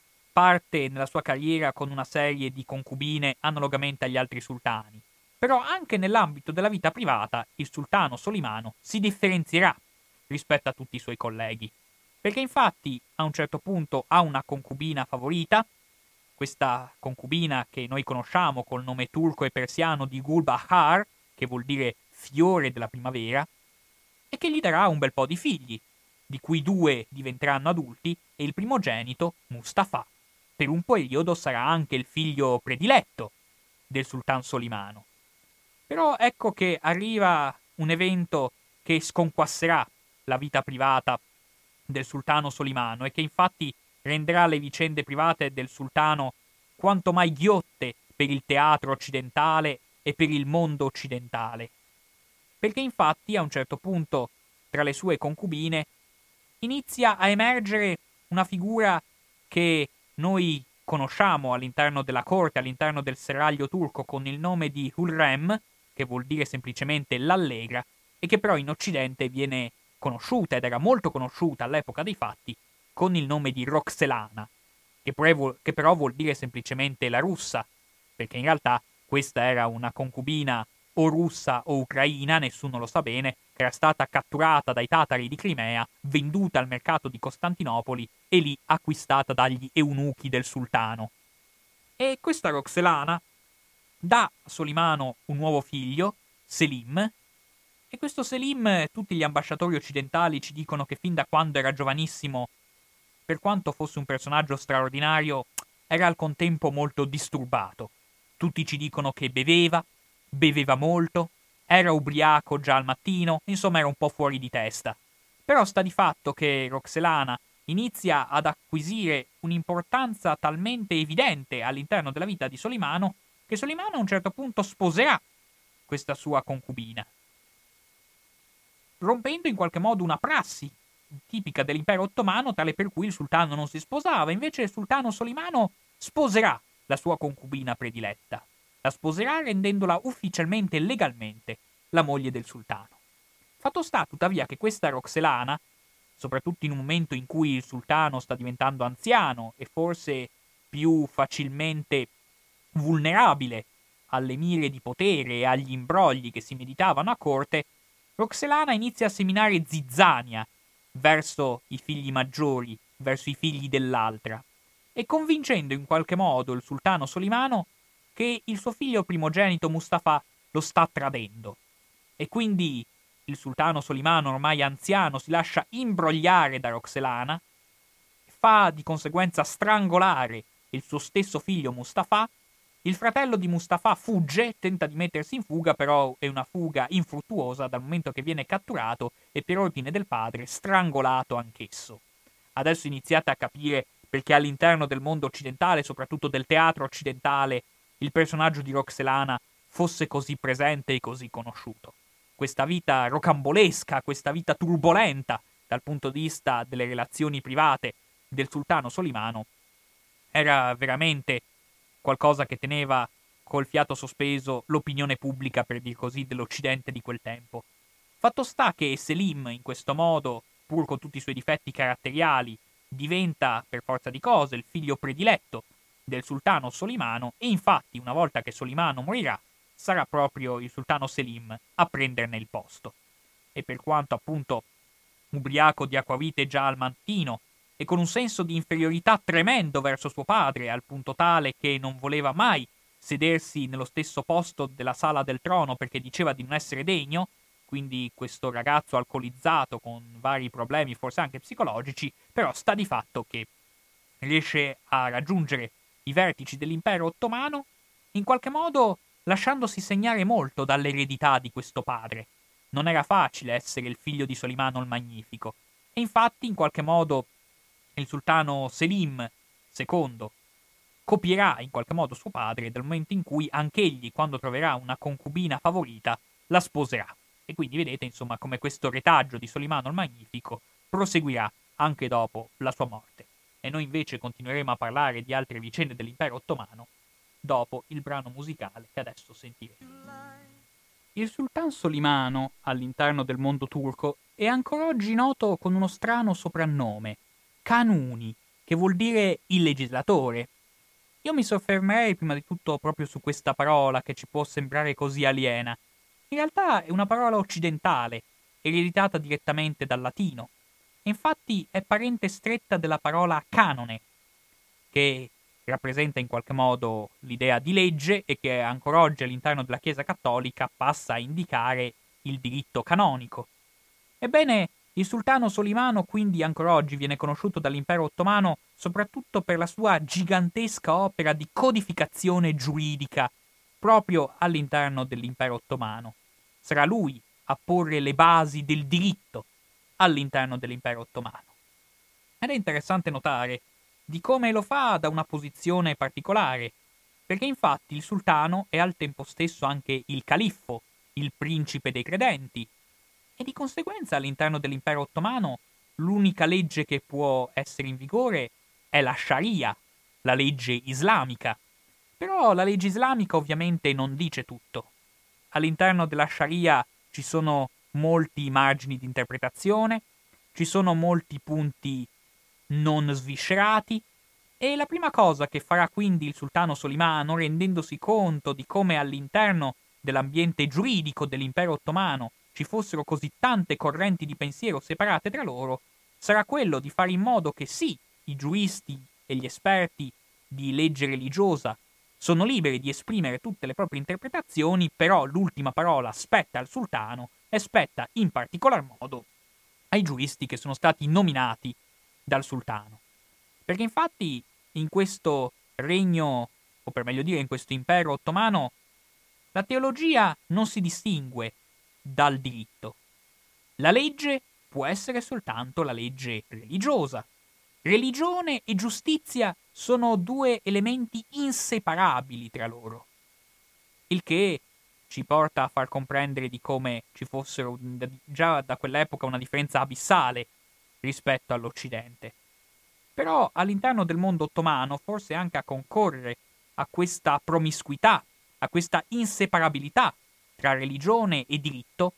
[SPEAKER 1] parte nella sua carriera con una serie di concubine analogamente agli altri sultani. Però anche nell'ambito della vita privata il sultano Solimano si differenzierà rispetto a tutti i suoi colleghi. Perché infatti a un certo punto ha una concubina favorita, questa concubina che noi conosciamo col nome turco e persiano di Gulbahar, che vuol dire fiore della primavera, e che gli darà un bel po' di figli, di cui due diventeranno adulti e il primogenito, Mustafa, per un periodo sarà anche il figlio prediletto del sultano Solimano. Però ecco che arriva un evento che sconquasserà la vita privata del sultano Solimano e che infatti renderà le vicende private del sultano quanto mai ghiotte per il teatro occidentale e per il mondo occidentale. Perché infatti a un certo punto tra le sue concubine inizia a emergere una figura che noi conosciamo all'interno della corte, all'interno del seraglio turco con il nome di Hurrem, che vuol dire semplicemente l'allegra, e che però in Occidente viene conosciuta ed era molto conosciuta all'epoca dei fatti con il nome di Roxelana, che, che però vuol dire semplicemente la russa, perché in realtà questa era una concubina o russa o ucraina, nessuno lo sa bene, che era stata catturata dai tatari di Crimea, venduta al mercato di Costantinopoli e lì acquistata dagli eunuchi del sultano. E questa Roxelana dà a Solimano un nuovo figlio, Selim, e questo Selim tutti gli ambasciatori occidentali ci dicono che fin da quando era giovanissimo, per quanto fosse un personaggio straordinario, era al contempo molto disturbato. Tutti ci dicono che beveva, beveva molto, era ubriaco già al mattino, insomma era un po' fuori di testa. Però sta di fatto che Roxelana inizia ad acquisire un'importanza talmente evidente all'interno della vita di Solimano che Solimano a un certo punto sposerà questa sua concubina, rompendo in qualche modo una prassi tipica dell'impero ottomano, tale per cui il sultano non si sposava. Invece il sultano Solimano sposerà la sua concubina prediletta. La sposerà rendendola ufficialmente e legalmente la moglie del sultano. Fatto sta, tuttavia, che questa Roxelana, soprattutto in un momento in cui il sultano sta diventando anziano e forse più facilmente vulnerabile alle mire di potere e agli imbrogli che si meditavano a corte, Roxelana inizia a seminare zizzania verso i figli maggiori, verso i figli dell'altra, e convincendo in qualche modo il sultano Solimano che il suo figlio primogenito Mustafa lo sta tradendo. E quindi il sultano Solimano, ormai anziano, si lascia imbrogliare da Roxelana, fa di conseguenza strangolare il suo stesso figlio Mustafa. Il fratello di Mustafa fugge, tenta di mettersi in fuga, però è una fuga infruttuosa dal momento che viene catturato e per ordine del padre strangolato anch'esso. Adesso iniziate a capire perché all'interno del mondo occidentale, soprattutto del teatro occidentale, il personaggio di Roxelana fosse così presente e così conosciuto. Questa vita rocambolesca, questa vita turbolenta dal punto di vista delle relazioni private del sultano Solimano era veramente qualcosa che teneva col fiato sospeso l'opinione pubblica, per dir così, dell'Occidente di quel tempo. Fatto sta che Selim, in questo modo, pur con tutti i suoi difetti caratteriali, diventa, per forza di cose, il figlio prediletto del sultano Solimano e infatti, una volta che Solimano morirà, sarà proprio il sultano Selim a prenderne il posto. E per quanto, appunto, ubriaco di acquavite già al mattino, e con un senso di inferiorità tremendo verso suo padre, al punto tale che non voleva mai sedersi nello stesso posto della sala del trono perché diceva di non essere degno, quindi questo ragazzo alcolizzato con vari problemi, forse anche psicologici, però sta di fatto che riesce a raggiungere i vertici dell'impero ottomano, in qualche modo lasciandosi segnare molto dall'eredità di questo padre. Non era facile essere il figlio di Solimano il Magnifico, e infatti in qualche modo il sultano Selim secondo copierà in qualche modo suo padre dal momento in cui anch'egli, quando troverà una concubina favorita, la sposerà. E quindi vedete, insomma, come questo retaggio di Solimano il Magnifico proseguirà anche dopo la sua morte. E noi invece continueremo a parlare di altre vicende dell'impero ottomano dopo il brano musicale che adesso sentiremo. Il sultan Solimano, all'interno del mondo turco, è ancora oggi noto con uno strano soprannome, Kanuni, che vuol dire il legislatore. Io mi soffermerei prima di tutto proprio su questa parola che ci può sembrare così aliena. In realtà è una parola occidentale, ereditata direttamente dal latino. Infatti è parente stretta della parola canone, che rappresenta in qualche modo l'idea di legge e che ancora oggi all'interno della Chiesa cattolica passa a indicare il diritto canonico. Ebbene, il sultano Solimano quindi ancora oggi viene conosciuto dall'impero ottomano soprattutto per la sua gigantesca opera di codificazione giuridica proprio all'interno dell'impero ottomano. Sarà lui a porre le basi del diritto all'interno dell'impero ottomano. Ed è interessante notare di come lo fa da una posizione particolare, perché infatti il sultano è al tempo stesso anche il califfo, il principe dei credenti, e di conseguenza all'interno dell'impero ottomano l'unica legge che può essere in vigore è la Sharia, la legge islamica. Però la legge islamica ovviamente non dice tutto. All'interno della Sharia ci sono molti margini di interpretazione, ci sono molti punti non sviscerati, e la prima cosa che farà quindi il sultano Solimano, rendendosi conto di come all'interno dell'ambiente giuridico dell'impero ottomano ci fossero così tante correnti di pensiero separate tra loro, sarà quello di fare in modo che sì, i giuristi e gli esperti di legge religiosa sono liberi di esprimere tutte le proprie interpretazioni, però l'ultima parola spetta al sultano e spetta in particolar modo ai giuristi che sono stati nominati dal sultano. Perché infatti in questo regno, o per meglio dire in questo impero ottomano, la teologia non si distingue dal diritto. La legge può essere soltanto la legge religiosa. Religione e giustizia sono due elementi inseparabili tra loro, il che ci porta a far comprendere di come ci fossero già da quell'epoca una differenza abissale rispetto all'Occidente. Però all'interno del mondo ottomano, forse anche a concorrere a questa promiscuità, a questa inseparabilità tra religione e diritto,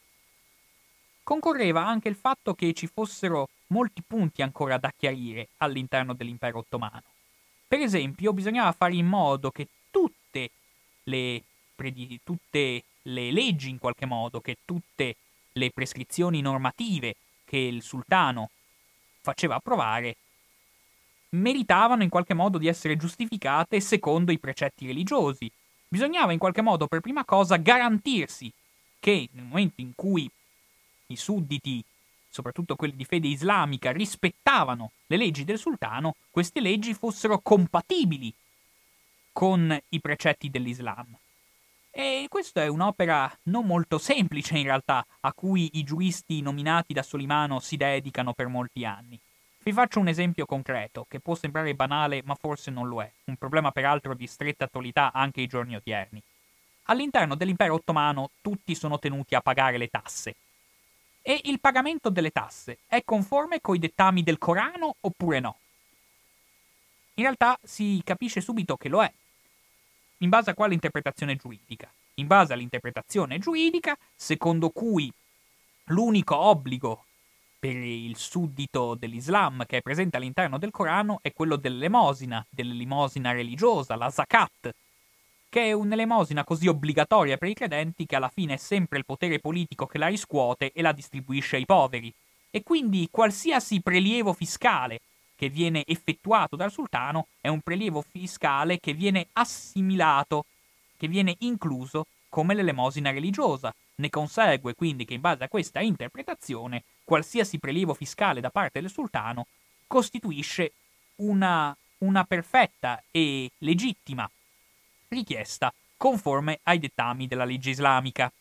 [SPEAKER 1] concorreva anche il fatto che ci fossero molti punti ancora da chiarire all'interno dell'impero ottomano. Per esempio, bisognava fare in modo che tutte le, predi- tutte le leggi, in qualche modo, che tutte le prescrizioni normative che il sultano faceva approvare, meritavano in qualche modo di essere giustificate secondo i precetti religiosi. Bisognava in qualche modo, per prima cosa, garantirsi che nel momento in cui i sudditi, soprattutto quelli di fede islamica, rispettavano le leggi del sultano, queste leggi fossero compatibili con i precetti dell'Islam. E questa è un'opera non molto semplice in realtà, a cui i giuristi nominati da Solimano si dedicano per molti anni. Vi faccio un esempio concreto, che può sembrare banale, ma forse non lo è, un problema peraltro di stretta attualità anche ai giorni odierni. All'interno dell'impero ottomano tutti sono tenuti a pagare le tasse. E il pagamento delle tasse è conforme coi dettami del Corano oppure no? In realtà si capisce subito che lo è. In base a quale interpretazione giuridica? In base all'interpretazione giuridica secondo cui l'unico obbligo per il suddito dell'Islam che è presente all'interno del Corano è quello dell'elemosina, dell'elemosina religiosa, la zakat, che è un'elemosina così obbligatoria per i credenti che alla fine è sempre il potere politico che la riscuote e la distribuisce ai poveri. E quindi qualsiasi prelievo fiscale che viene effettuato dal sultano è un prelievo fiscale che viene assimilato, che viene incluso come l'elemosina religiosa. Ne consegue quindi che in base a questa interpretazione qualsiasi prelievo fiscale da parte del sultano costituisce una, una perfetta e legittima richiesta conforme ai dettami della legge islamica.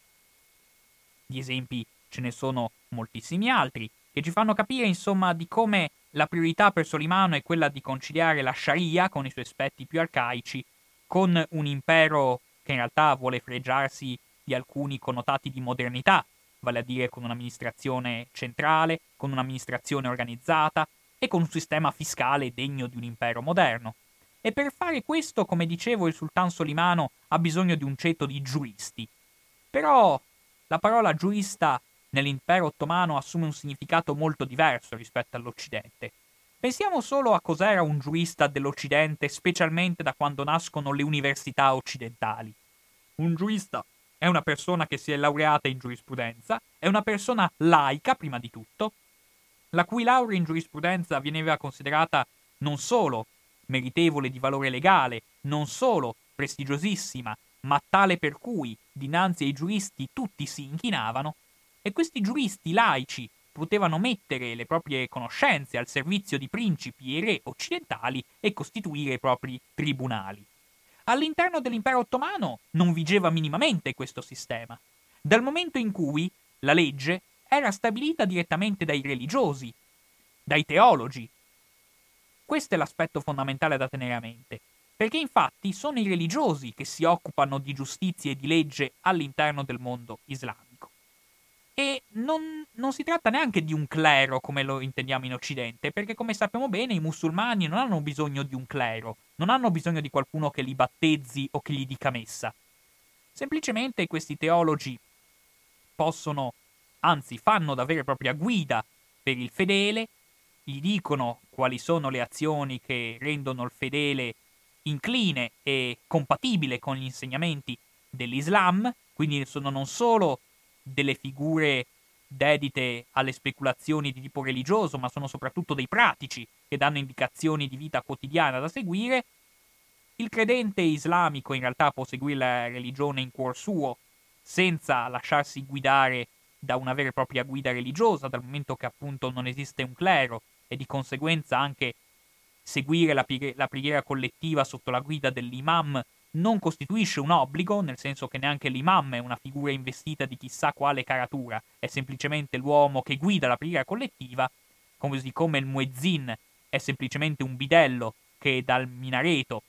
[SPEAKER 1] Di esempi ce ne sono moltissimi altri, che ci fanno capire insomma di come la priorità per Solimano è quella di conciliare la Sharia con i suoi aspetti più arcaici con un impero che in realtà vuole fregiarsi di alcuni connotati di modernità, vale a dire con un'amministrazione centrale, con un'amministrazione organizzata e con un sistema fiscale degno di un impero moderno. E per fare questo, come dicevo, il sultano Solimano ha bisogno di un ceto di giuristi. Però la parola giurista nell'impero ottomano assume un significato molto diverso rispetto all'Occidente. Pensiamo solo a cos'era un giurista dell'Occidente, specialmente da quando nascono le università occidentali. Un giurista è una persona che si è laureata in giurisprudenza, è una persona laica prima di tutto, la cui laurea in giurisprudenza veniva considerata non solo meritevole di valore legale, non solo prestigiosissima, ma tale per cui dinanzi ai giuristi tutti si inchinavano, e questi giuristi laici potevano mettere le proprie conoscenze al servizio di principi e re occidentali e costituire i propri tribunali. All'interno dell'impero ottomano non vigeva minimamente questo sistema, dal momento in cui la legge era stabilita direttamente dai religiosi, dai teologi. Questo è l'aspetto fondamentale da tenere a mente, perché infatti sono i religiosi che si occupano di giustizia e di legge all'interno del mondo islamico. E non, non si tratta neanche di un clero come lo intendiamo in Occidente, perché come sappiamo bene i musulmani non hanno bisogno di un clero, non hanno bisogno di qualcuno che li battezzi o che gli dica messa. Semplicemente questi teologi possono, anzi fanno da vera e propria guida per il fedele, gli dicono quali sono le azioni che rendono il fedele incline e compatibile con gli insegnamenti dell'Islam, quindi sono non solo delle figure dedite alle speculazioni di tipo religioso, ma sono soprattutto dei pratici che danno indicazioni di vita quotidiana da seguire. Il credente islamico in realtà può seguire la religione in cuor suo, senza lasciarsi guidare da una vera e propria guida religiosa, dal momento che appunto non esiste un clero e di conseguenza anche seguire la, preghiera, la preghiera collettiva sotto la guida dell'imam non costituisce un obbligo, nel senso che neanche l'imam è una figura investita di chissà quale caratura, è semplicemente l'uomo che guida la preghiera collettiva, così come il muezzin è semplicemente un bidello che dal minareto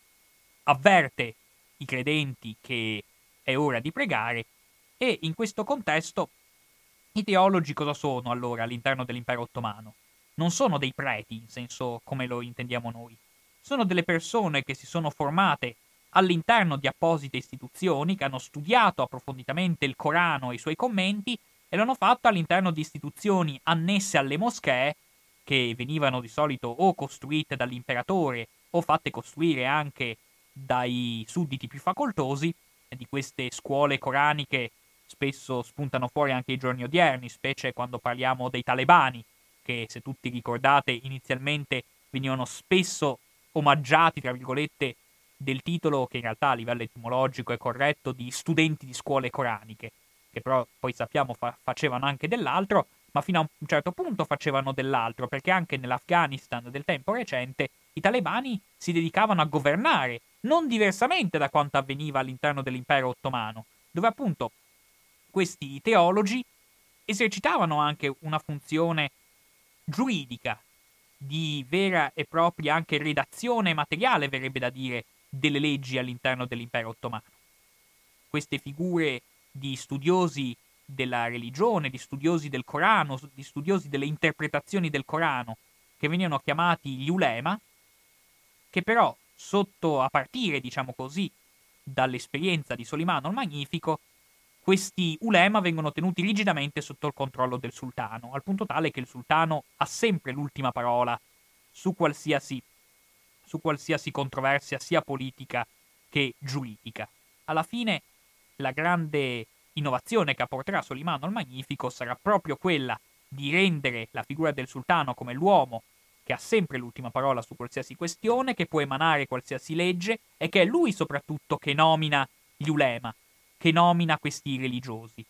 [SPEAKER 1] avverte i credenti che è ora di pregare. E in questo contesto i teologi cosa sono allora all'interno dell'impero ottomano? Non sono dei preti, in senso come lo intendiamo noi. Sono delle persone che si sono formate all'interno di apposite istituzioni, che hanno studiato approfonditamente il Corano e i suoi commenti e l'hanno fatto all'interno di istituzioni annesse alle moschee, che venivano di solito o costruite dall'imperatore o fatte costruire anche dai sudditi più facoltosi. E di queste scuole coraniche spesso spuntano fuori anche i giorni odierni, specie quando parliamo dei talebani, che se tutti ricordate inizialmente venivano spesso omaggiati, tra virgolette, del titolo che in realtà a livello etimologico è corretto di studenti di scuole coraniche, che però poi sappiamo fa- facevano anche dell'altro, ma fino a un certo punto facevano dell'altro, perché anche nell'Afghanistan del tempo recente i talebani si dedicavano a governare, non diversamente da quanto avveniva all'interno dell'impero ottomano, dove appunto questi teologi esercitavano anche una funzione giuridica, di vera e propria anche redazione materiale, verrebbe da dire, delle leggi all'interno dell'impero ottomano. Queste figure di studiosi della religione, di studiosi del Corano, di studiosi delle interpretazioni del Corano, che venivano chiamati gli ulema, che però sotto, a partire, diciamo così, dall'esperienza di Solimano il Magnifico, questi ulema vengono tenuti rigidamente sotto il controllo del sultano, al punto tale che il sultano ha sempre l'ultima parola su qualsiasi, su qualsiasi controversia sia politica che giuridica. Alla fine la grande innovazione che apporterà Solimano il Magnifico sarà proprio quella di rendere la figura del sultano come l'uomo che ha sempre l'ultima parola su qualsiasi questione, che può emanare qualsiasi legge e che è lui soprattutto che nomina gli ulema, che nomina questi religiosi.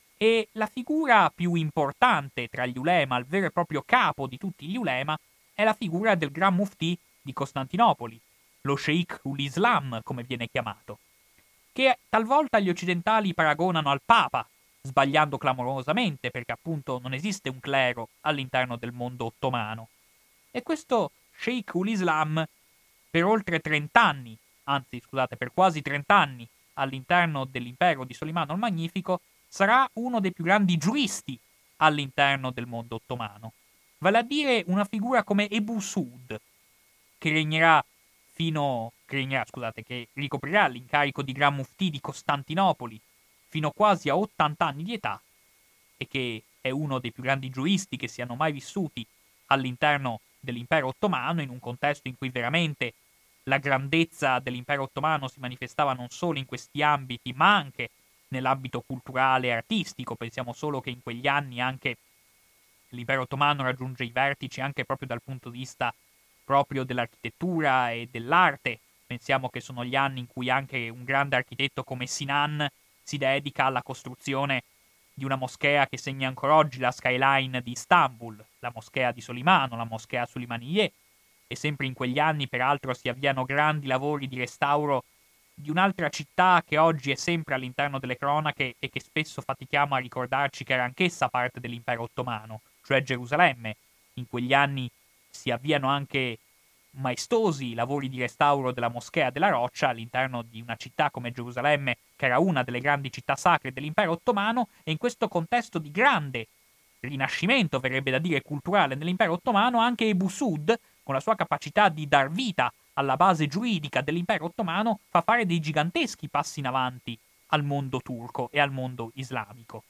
[SPEAKER 1] E la figura più importante tra gli ulema, il vero e proprio capo di tutti gli ulema, è la figura del Gran Muftì di Costantinopoli, lo Sheikh ul-Islam, come viene chiamato, che talvolta gli occidentali paragonano al Papa, sbagliando clamorosamente perché appunto non esiste un clero all'interno del mondo ottomano. E questo Sheikh ul-Islam per oltre trenta anni, anzi scusate, per quasi trenta anni all'interno dell'impero di Solimano il Magnifico, sarà uno dei più grandi giuristi all'interno del mondo ottomano. Vale a dire una figura come Ebu Suud, che regnerà fino, che regnerà, scusate, che ricoprirà l'incarico di Gran Muftì di Costantinopoli fino quasi a ottanta anni di età e che è uno dei più grandi giuristi che siano mai vissuti all'interno dell'impero ottomano, in un contesto in cui veramente la grandezza dell'impero ottomano si manifestava non solo in questi ambiti, ma anche nell'ambito culturale e artistico. Pensiamo solo che in quegli anni anche l'impero ottomano raggiunge i vertici anche proprio dal punto di vista proprio dell'architettura e dell'arte. Pensiamo che sono gli anni in cui anche un grande architetto come Sinan si dedica alla costruzione di una moschea che segna ancora oggi la skyline di Istanbul, la moschea di Solimano, la moschea Sulimaniyeh, e sempre in quegli anni peraltro si avviano grandi lavori di restauro di un'altra città che oggi è sempre all'interno delle cronache e che spesso fatichiamo a ricordarci che era anch'essa parte dell'impero ottomano, cioè Gerusalemme. In quegli anni si avviano anche maestosi lavori di restauro della Moschea della Roccia all'interno di una città come Gerusalemme, che era una delle grandi città sacre dell'impero ottomano, e in questo contesto di grande rinascimento, verrebbe da dire, culturale nell'impero ottomano, anche Ebu Suud, con la sua capacità di dar vita alla base giuridica dell'impero ottomano, fa fare dei giganteschi passi in avanti al mondo turco e al mondo islamico.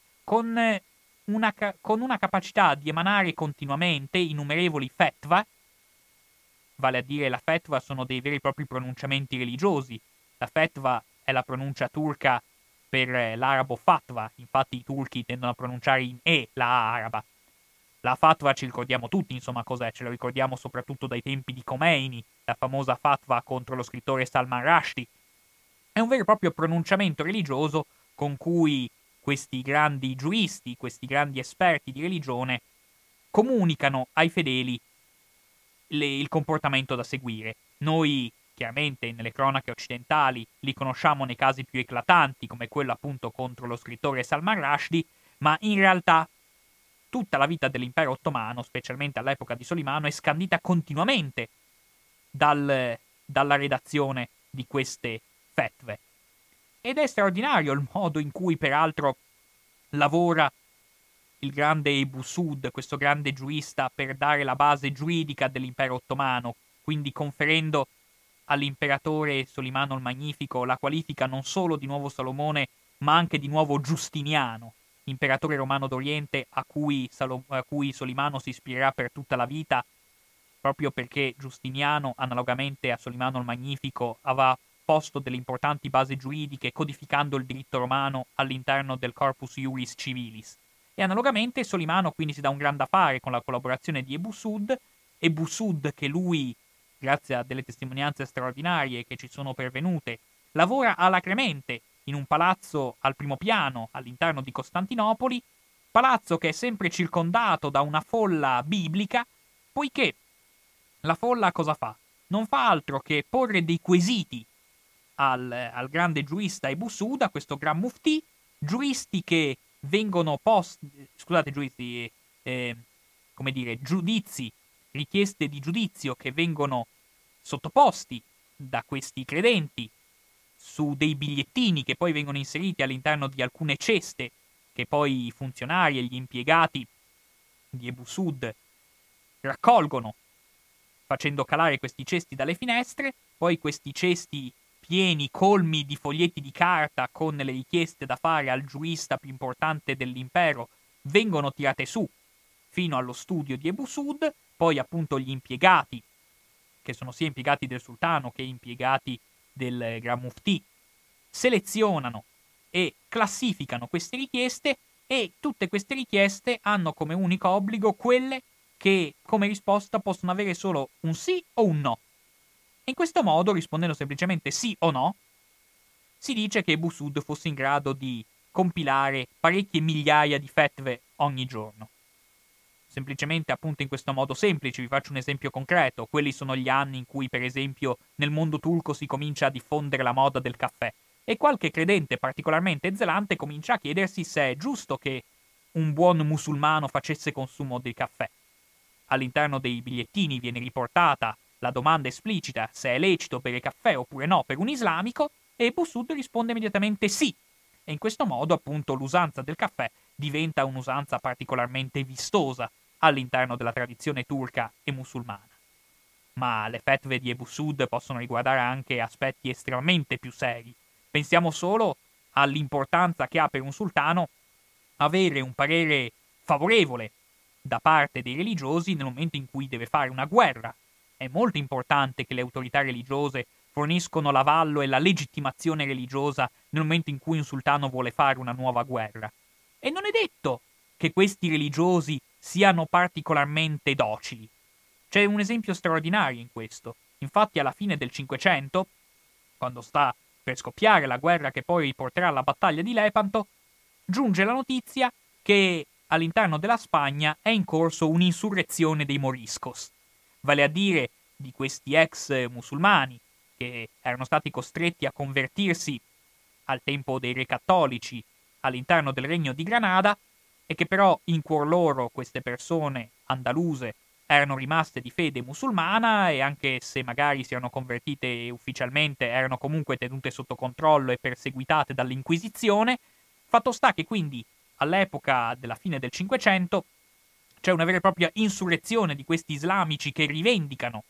[SPEAKER 1] Con una, con una capacità di emanare continuamente innumerevoli fetwa, vale a dire la fetwa sono dei veri e propri pronunciamenti religiosi. La fetwa è la pronuncia turca per l'arabo fatwa, infatti i turchi tendono a pronunciare in E la A araba. La fatwa ci ricordiamo tutti, insomma, cos'è, ce lo ricordiamo soprattutto dai tempi di Khomeini, la famosa fatwa contro lo scrittore Salman Rushdie. È un vero e proprio pronunciamento religioso con cui questi grandi giuristi, questi grandi esperti di religione comunicano ai fedeli le, il comportamento da seguire. Noi, chiaramente, nelle cronache occidentali li conosciamo nei casi più eclatanti, come quello appunto contro lo scrittore Salman Rushdie, ma in realtà tutta la vita dell'impero ottomano, specialmente all'epoca di Solimano, è scandita continuamente dal, dalla redazione di queste fetve. Ed è straordinario il modo in cui, peraltro, lavora il grande Ebu Suud, questo grande giurista, per dare la base giuridica dell'impero ottomano, quindi conferendo all'imperatore Solimano il Magnifico la qualifica non solo di nuovo Salomone, ma anche di nuovo Giustiniano, imperatore romano d'Oriente a cui, Salo- a cui Solimano si ispirerà per tutta la vita, proprio perché Giustiniano, analogamente a Solimano il Magnifico, aveva posto delle importanti basi giuridiche codificando il diritto romano all'interno del Corpus Iuris Civilis. E analogamente Solimano quindi si dà un gran da fare con la collaborazione di Ebu Suud, Ebu Suud che lui, grazie a delle testimonianze straordinarie che ci sono pervenute, lavora alacremente in un palazzo al primo piano all'interno di Costantinopoli, palazzo che è sempre circondato da una folla biblica, poiché la folla cosa fa? Non fa altro che porre dei quesiti al, al grande giurista Ebu Suud, a questo gran muftì, giuristi che vengono posti, scusate, giuristi, eh, come dire, giudizi, richieste di giudizio che vengono sottoposti da questi credenti su dei bigliettini che poi vengono inseriti all'interno di alcune ceste che poi i funzionari e gli impiegati di Ebu Suud raccolgono facendo calare questi cesti dalle finestre. Poi questi cesti pieni, colmi di foglietti di carta con le richieste da fare al giurista più importante dell'impero vengono tirate su fino allo studio di Ebu Suud. Poi appunto gli impiegati, che sono sia impiegati del sultano che impiegati del Gran Muftì, selezionano e classificano queste richieste, e tutte queste richieste hanno come unico obbligo quelle che come risposta possono avere solo un sì o un no. E in questo modo, rispondendo semplicemente sì o no, si dice che Ebu Sud fosse in grado di compilare parecchie migliaia di fetve ogni giorno. Semplicemente appunto in questo modo semplice, vi faccio un esempio concreto, quelli sono gli anni in cui per esempio nel mondo turco si comincia a diffondere la moda del caffè e qualche credente particolarmente zelante comincia a chiedersi se è giusto che un buon musulmano facesse consumo del caffè. All'interno dei bigliettini viene riportata la domanda esplicita se è lecito bere caffè oppure no per un islamico e Ebu Sud risponde immediatamente sì. E in questo modo appunto l'usanza del caffè diventa un'usanza particolarmente vistosa all'interno della tradizione turca e musulmana. Ma le fetve di Ebu Sud possono riguardare anche aspetti estremamente più seri. Pensiamo solo all'importanza che ha per un sultano avere un parere favorevole da parte dei religiosi nel momento in cui deve fare una guerra. È molto importante che le autorità religiose forniscono l'avallo e la legittimazione religiosa nel momento in cui un sultano vuole fare una nuova guerra. E non è detto che questi religiosi siano particolarmente docili. C'è un esempio straordinario in questo. Infatti alla fine del Cinquecento, quando sta per scoppiare la guerra che poi porterà alla battaglia di Lepanto, giunge la notizia che all'interno della Spagna è in corso un'insurrezione dei Moriscos, vale a dire di questi ex musulmani che erano stati costretti a convertirsi al tempo dei re cattolici all'interno del regno di Granada e che però in cuor loro queste persone andaluse erano rimaste di fede musulmana e anche se magari si erano convertite ufficialmente erano comunque tenute sotto controllo e perseguitate dall'Inquisizione. Fatto sta che quindi all'epoca della fine del Cinquecento c'è una vera e propria insurrezione di questi islamici che rivendicano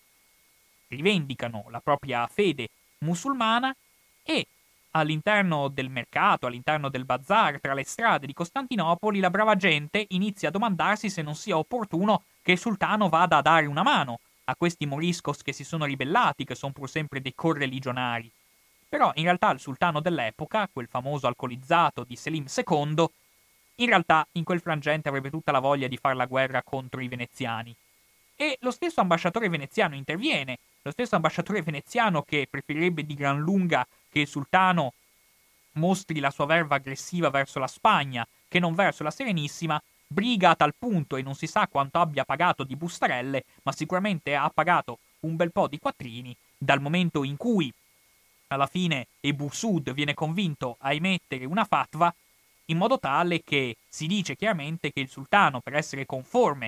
[SPEAKER 1] rivendicano la propria fede musulmana e all'interno del mercato, all'interno del bazar, tra le strade di Costantinopoli, la brava gente inizia a domandarsi se non sia opportuno che il sultano vada a dare una mano a questi moriscos che si sono ribellati, che sono pur sempre dei correligionari. Però in realtà il sultano dell'epoca, quel famoso alcolizzato di Selim secondo, in realtà in quel frangente avrebbe tutta la voglia di fare la guerra contro i veneziani. E lo stesso ambasciatore veneziano interviene, lo stesso ambasciatore veneziano che preferirebbe di gran lunga che il sultano mostri la sua verva aggressiva verso la Spagna che non verso la Serenissima, briga a tal punto e non si sa quanto abbia pagato di bustarelle, ma sicuramente ha pagato un bel po' di quattrini dal momento in cui alla fine Ebu Sud viene convinto a emettere una fatwa in modo tale che si dice chiaramente che il sultano, per essere conforme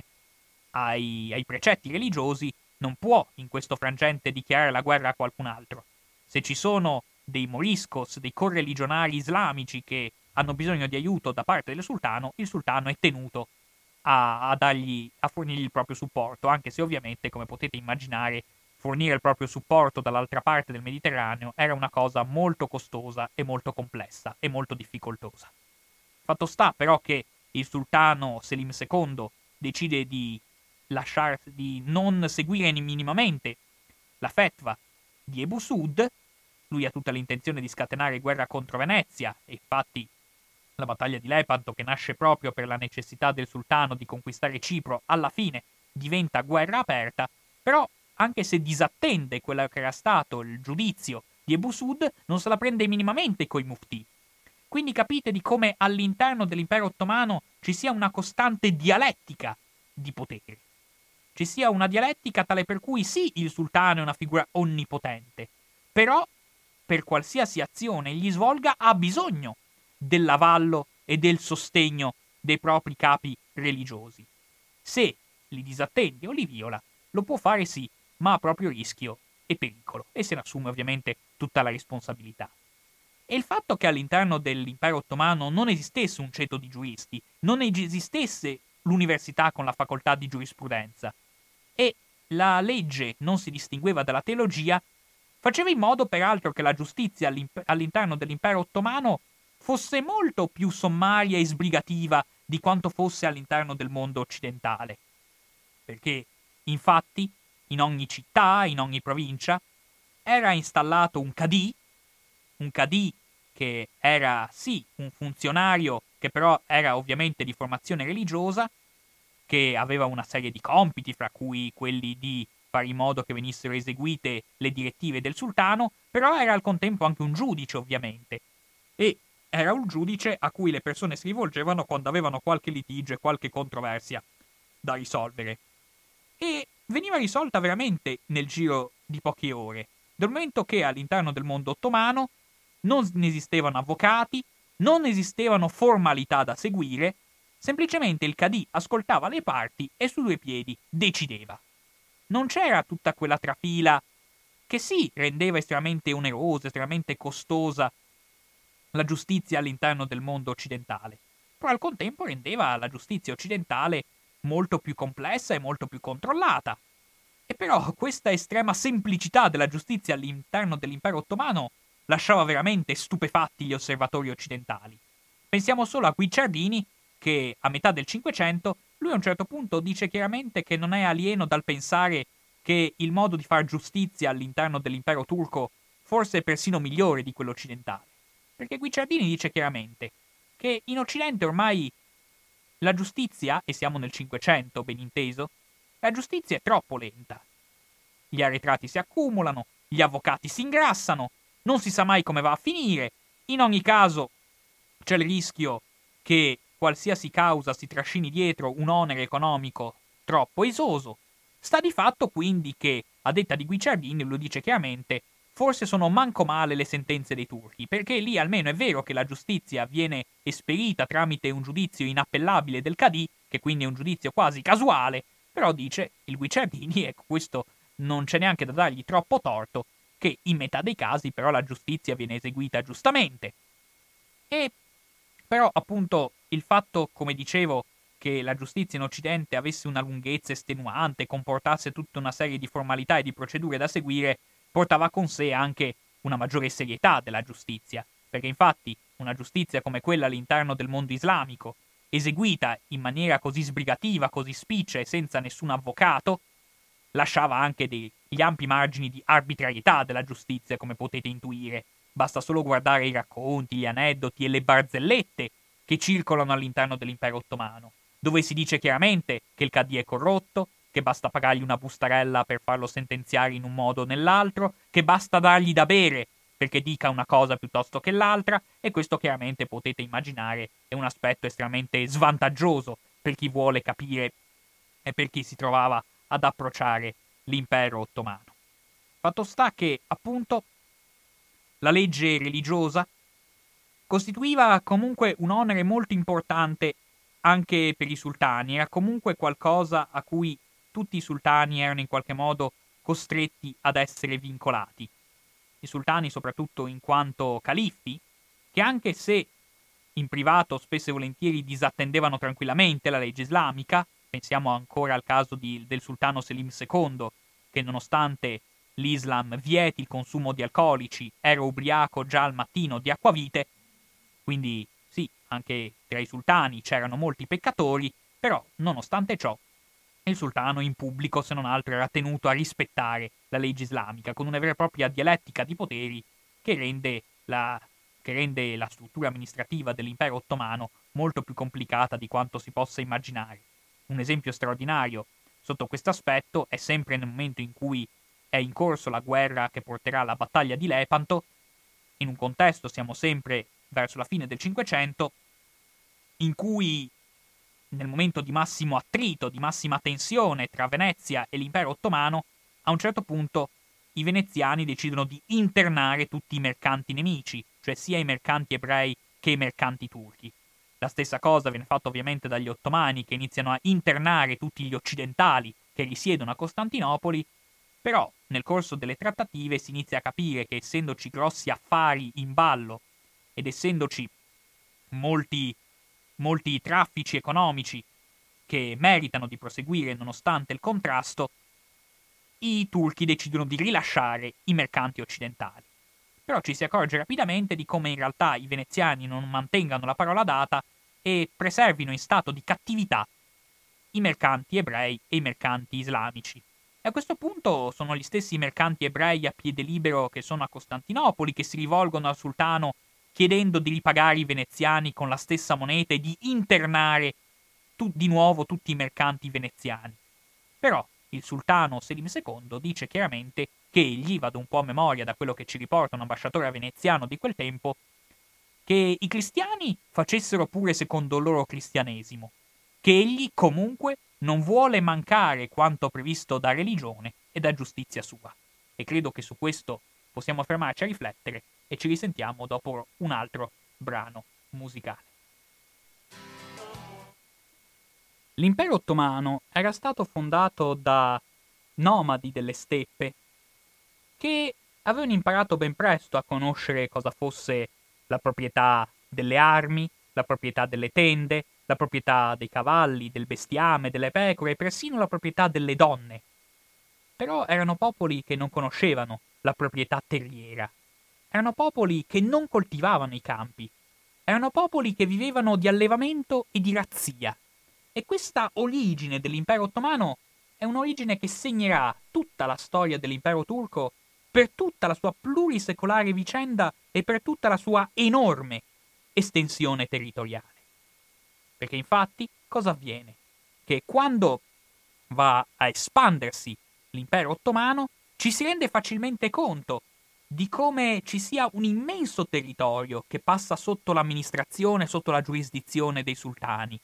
[SPEAKER 1] ai, ai precetti religiosi, non può in questo frangente dichiarare la guerra a qualcun altro. Se ci sono dei moriscos, dei correligionari islamici che hanno bisogno di aiuto da parte del sultano, il sultano è tenuto a, a dargli, a fornirgli il proprio supporto, anche se ovviamente, come potete immaginare, fornire il proprio supporto dall'altra parte del Mediterraneo era una cosa molto costosa e molto complessa e molto difficoltosa. Fatto sta però che il sultano Selim secondo decide di lasciar, di non seguire minimamente la fetwa di Ebu Sud. Lui ha tutta l'intenzione di scatenare guerra contro Venezia e infatti la battaglia di Lepanto, che nasce proprio per la necessità del sultano di conquistare Cipro, alla fine diventa guerra aperta, però anche se disattende quello che era stato il giudizio di Ebu Sud, non se la prende minimamente coi muftì. Quindi capite di come all'interno dell'impero ottomano ci sia una costante dialettica di potere. Ci sia una dialettica tale per cui sì, il sultano è una figura onnipotente, però per qualsiasi azione egli svolga ha bisogno dell'avallo e del sostegno dei propri capi religiosi. Se li disattende o li viola, lo può fare sì, ma a proprio rischio e pericolo, e se ne assume ovviamente tutta la responsabilità. E il fatto che all'interno dell'impero ottomano non esistesse un ceto di giuristi, non esistesse l'università con la facoltà di giurisprudenza, e la legge non si distingueva dalla teologia, faceva in modo peraltro che la giustizia all'interno dell'impero ottomano fosse molto più sommaria e sbrigativa di quanto fosse all'interno del mondo occidentale. Perché, infatti, in ogni città, in ogni provincia, era installato un cadì, un cadì che era sì un funzionario che però era ovviamente di formazione religiosa, che aveva una serie di compiti, fra cui quelli di fare in modo che venissero eseguite le direttive del sultano, però era al contempo anche un giudice, ovviamente. E era un giudice a cui le persone si rivolgevano quando avevano qualche litigio e qualche controversia da risolvere. E veniva risolta veramente nel giro di poche ore, dal momento che all'interno del mondo ottomano non esistevano avvocati, non esistevano formalità da seguire, semplicemente il Qadì ascoltava le parti e su due piedi decideva. Non c'era tutta quella trafila che sì, rendeva estremamente onerosa, estremamente costosa la giustizia all'interno del mondo occidentale, però al contempo rendeva la giustizia occidentale molto più complessa e molto più controllata. E però questa estrema semplicità della giustizia all'interno dell'impero ottomano lasciava veramente stupefatti gli osservatori occidentali. Pensiamo solo a Guicciardini, che a metà del Cinquecento, lui a un certo punto dice chiaramente che non è alieno dal pensare che il modo di far giustizia all'interno dell'impero turco forse è persino migliore di quello occidentale. Perché Guicciardini dice chiaramente che in Occidente ormai la giustizia, e siamo nel Cinquecento, ben inteso, la giustizia è troppo lenta. Gli arretrati si accumulano, gli avvocati si ingrassano, non si sa mai come va a finire, in ogni caso c'è il rischio che qualsiasi causa si trascini dietro un onere economico troppo esoso. Sta di fatto quindi che, a detta di Guicciardini, lo dice chiaramente, forse sono manco male le sentenze dei turchi, perché lì almeno è vero che la giustizia viene esperita tramite un giudizio inappellabile del Qadì, che quindi è un giudizio quasi casuale, però dice il Guicciardini, ecco questo non c'è neanche da dargli troppo torto, che in metà dei casi però la giustizia viene eseguita giustamente. E però appunto il fatto, come dicevo, che la giustizia in Occidente avesse una lunghezza estenuante, comportasse tutta una serie di formalità e di procedure da seguire, portava con sé anche una maggiore serietà della giustizia, perché infatti una giustizia come quella all'interno del mondo islamico, eseguita in maniera così sbrigativa, così spiccia e senza nessun avvocato, lasciava anche degli ampi margini di arbitrarietà della giustizia, come potete intuire. Basta solo guardare i racconti, gli aneddoti e le barzellette che circolano all'interno dell'impero ottomano, dove si dice chiaramente che il Qadì è corrotto, che basta pagargli una bustarella per farlo sentenziare in un modo o nell'altro, che basta dargli da bere perché dica una cosa piuttosto che l'altra, e questo chiaramente potete immaginare è un aspetto estremamente svantaggioso per chi vuole capire e per chi si trovava ad approcciare l'impero ottomano. Fatto sta che, appunto, la legge religiosa costituiva comunque un onere molto importante anche per i sultani, era comunque qualcosa a cui tutti i sultani erano in qualche modo costretti ad essere vincolati. I sultani soprattutto in quanto califfi, che anche se in privato spesso e volentieri disattendevano tranquillamente la legge islamica, pensiamo ancora al caso di, del sultano Selim secondo, che nonostante l'Islam vieti il consumo di alcolici, era ubriaco già al mattino di acquavite, quindi sì, anche tra i sultani c'erano molti peccatori, però nonostante ciò il sultano in pubblico se non altro era tenuto a rispettare la legge islamica, con una vera e propria dialettica di poteri che rende la, che rende la struttura amministrativa dell'impero ottomano molto più complicata di quanto si possa immaginare. Un esempio straordinario sotto questo aspetto è sempre nel momento in cui è in corso la guerra che porterà alla battaglia di Lepanto, in un contesto, siamo sempre verso la fine del Cinquecento, in cui nel momento di massimo attrito, di massima tensione tra Venezia e l'impero ottomano, a un certo punto i veneziani decidono di internare tutti i mercanti nemici, cioè sia i mercanti ebrei che i mercanti turchi. La stessa cosa viene fatta ovviamente dagli ottomani, che iniziano a internare tutti gli occidentali che risiedono a Costantinopoli, però nel corso delle trattative si inizia a capire che essendoci grossi affari in ballo ed essendoci molti, molti traffici economici che meritano di proseguire nonostante il contrasto, i turchi decidono di rilasciare i mercanti occidentali. Però ci si accorge rapidamente di come in realtà i veneziani non mantengano la parola data e preservino in stato di cattività i mercanti ebrei e i mercanti islamici. E a questo punto sono gli stessi mercanti ebrei a piede libero che sono a Costantinopoli che si rivolgono al sultano chiedendo di ripagare i veneziani con la stessa moneta e di internare tu, di nuovo tutti i mercanti veneziani. Però il sultano Selim secondo dice chiaramente che egli, vado un po' a memoria da quello che ci riporta un ambasciatore veneziano di quel tempo, che i cristiani facessero pure secondo il loro cristianesimo, che egli comunque non vuole mancare quanto previsto da religione e da giustizia sua. E credo che su questo possiamo fermarci a riflettere e ci risentiamo dopo un altro brano musicale. L'impero ottomano era stato fondato da nomadi delle steppe che avevano imparato ben presto a conoscere cosa fosse la proprietà delle armi, la proprietà delle tende, la proprietà dei cavalli, del bestiame, delle pecore e persino la proprietà delle donne. Però erano popoli che non conoscevano la proprietà terriera. Erano popoli che non coltivavano i campi. Erano popoli che vivevano di allevamento e di razzia. E questa origine dell'impero ottomano è un'origine che segnerà tutta la storia dell'impero turco per tutta la sua plurisecolare vicenda e per tutta la sua enorme estensione territoriale. Perché infatti cosa avviene? Che quando va a espandersi l'impero ottomano ci si rende facilmente conto di come ci sia un immenso territorio che passa sotto l'amministrazione, sotto la giurisdizione dei sultani.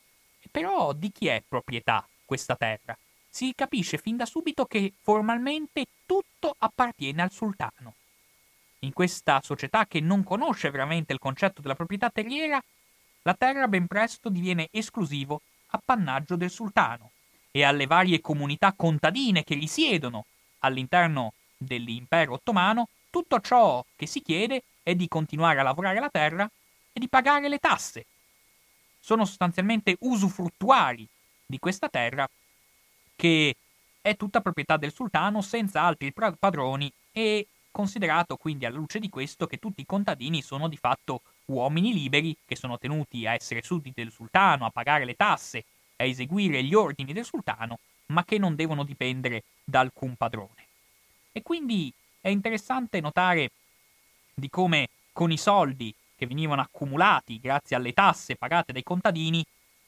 [SPEAKER 1] Però di chi è proprietà questa terra? Si capisce fin da subito che formalmente tutto appartiene al sultano. In questa società che non conosce veramente il concetto della proprietà terriera, la terra ben presto diviene esclusivo appannaggio del sultano e alle varie comunità contadine che risiedono all'interno dell'impero ottomano, tutto ciò che si chiede è di continuare a lavorare la terra e di pagare le tasse. Sono sostanzialmente usufruttuari di questa terra che è tutta proprietà del sultano senza altri padroni e considerato quindi alla luce di questo che tutti i contadini sono di fatto uomini liberi che sono tenuti a essere sudditi del sultano, a pagare le tasse, a eseguire gli ordini del sultano, ma che non devono dipendere da alcun padrone. E quindi è interessante notare di come con i soldi che venivano accumulati grazie alle tasse pagate dai contadini,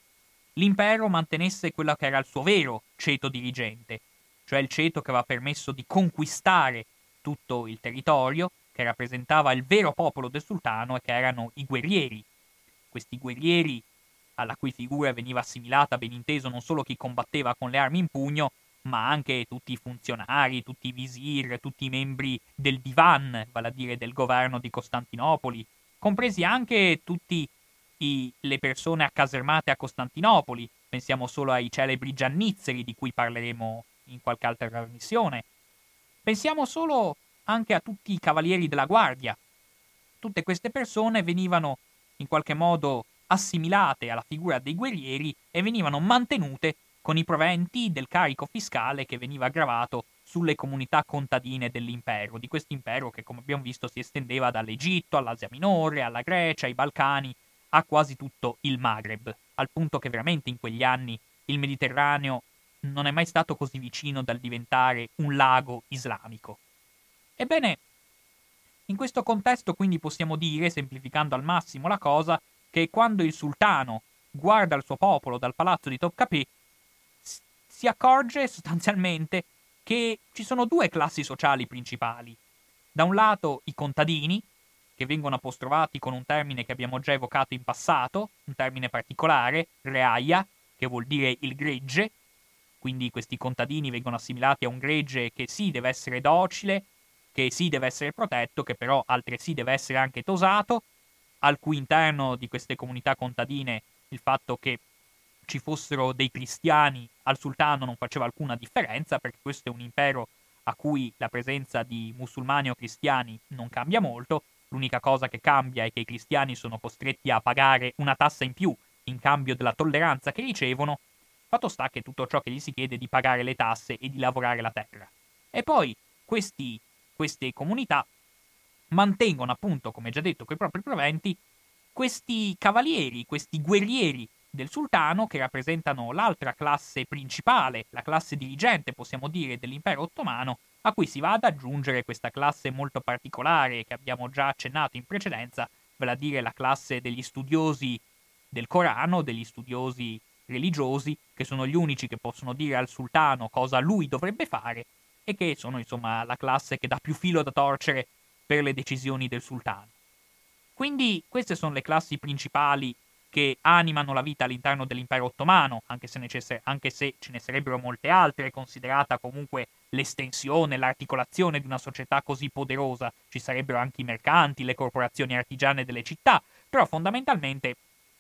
[SPEAKER 1] l'impero mantenesse quello che era il suo vero ceto dirigente, cioè il ceto che aveva permesso di conquistare tutto il territorio, che rappresentava il vero popolo del sultano e che erano i guerrieri. Questi guerrieri, alla cui figura veniva assimilata ben inteso non solo chi combatteva con le armi in pugno, ma anche tutti i funzionari, tutti i visir, tutti i membri del divan, vale a dire del governo di Costantinopoli, compresi anche tutti i, le persone accasermate a Costantinopoli. Pensiamo solo ai celebri giannizzeri di cui parleremo in qualche altra trasmissione. Pensiamo solo anche a tutti i cavalieri della guardia. Tutte queste persone venivano in qualche modo assimilate alla figura dei guerrieri e venivano mantenute con i proventi del carico fiscale che veniva aggravato sulle comunità contadine dell'impero, di questo impero che, come abbiamo visto, si estendeva dall'Egitto all'Asia Minore, alla Grecia, ai Balcani, a quasi tutto il Maghreb, al punto che veramente in quegli anni il Mediterraneo non è mai stato così vicino dal diventare un lago islamico. Ebbene, in questo contesto quindi possiamo dire, semplificando al massimo la cosa, che quando il sultano guarda il suo popolo dal palazzo di Topkapı, si accorge sostanzialmente che ci sono due classi sociali principali. Da un lato i contadini, che vengono apostrofati con un termine che abbiamo già evocato in passato, un termine particolare, reaia, che vuol dire il gregge, quindi questi contadini vengono assimilati a un gregge che sì deve essere docile, che sì deve essere protetto, che però altresì deve essere anche tosato, al cui interno di queste comunità contadine il fatto che ci fossero dei cristiani al sultano non faceva alcuna differenza, perché questo è un impero a cui la presenza di musulmani o cristiani non cambia molto. L'unica cosa che cambia è che i cristiani sono costretti a pagare una tassa in più in cambio della tolleranza che ricevono. Fatto sta che tutto ciò che gli si chiede è di pagare le tasse e di lavorare la terra. E poi questi, queste comunità mantengono appunto, come già detto, coi propri proventi, questi cavalieri, questi guerrieri del sultano che rappresentano l'altra classe principale, la classe dirigente, possiamo dire, dell'impero ottomano, a cui si va ad aggiungere questa classe molto particolare che abbiamo già accennato in precedenza, vale a dire la classe degli studiosi del Corano, degli studiosi religiosi, che sono gli unici che possono dire al sultano cosa lui dovrebbe fare e che sono insomma la classe che dà più filo da torcere per le decisioni del sultano. Quindi queste sono le classi principali che animano la vita all'interno dell'impero ottomano, anche se, necess- anche se ce ne sarebbero molte altre, considerata comunque l'estensione, l'articolazione di una società così poderosa. Ci sarebbero anche i mercanti, le corporazioni artigiane delle città, però fondamentalmente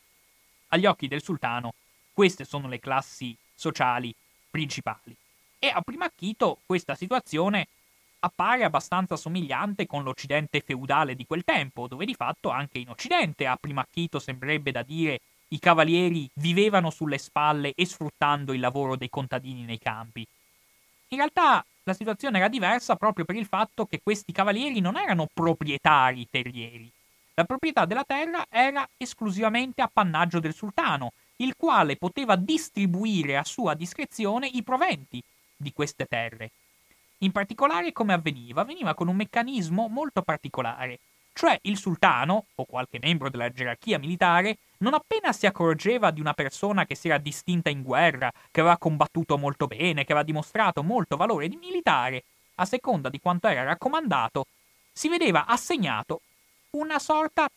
[SPEAKER 1] agli occhi del sultano queste sono le classi sociali principali. E a primo acchito questa situazione appare abbastanza somigliante con l'Occidente feudale di quel tempo, dove di fatto anche in Occidente a primo acchito sembrerebbe da dire i cavalieri vivevano sulle spalle e sfruttando il lavoro dei contadini nei campi. In realtà la situazione era diversa proprio per il fatto che questi cavalieri non erano proprietari terrieri. La proprietà della terra era esclusivamente appannaggio del sultano, il quale poteva distribuire a sua discrezione i proventi di queste terre. In particolare come avveniva? Avveniva con un meccanismo molto particolare, cioè il sultano, o qualche membro della gerarchia militare, non appena si accorgeva di una persona che si era distinta in guerra, che aveva combattuto molto bene, che aveva dimostrato molto valore di militare, a seconda di quanto era raccomandato, si vedeva assegnato una sorta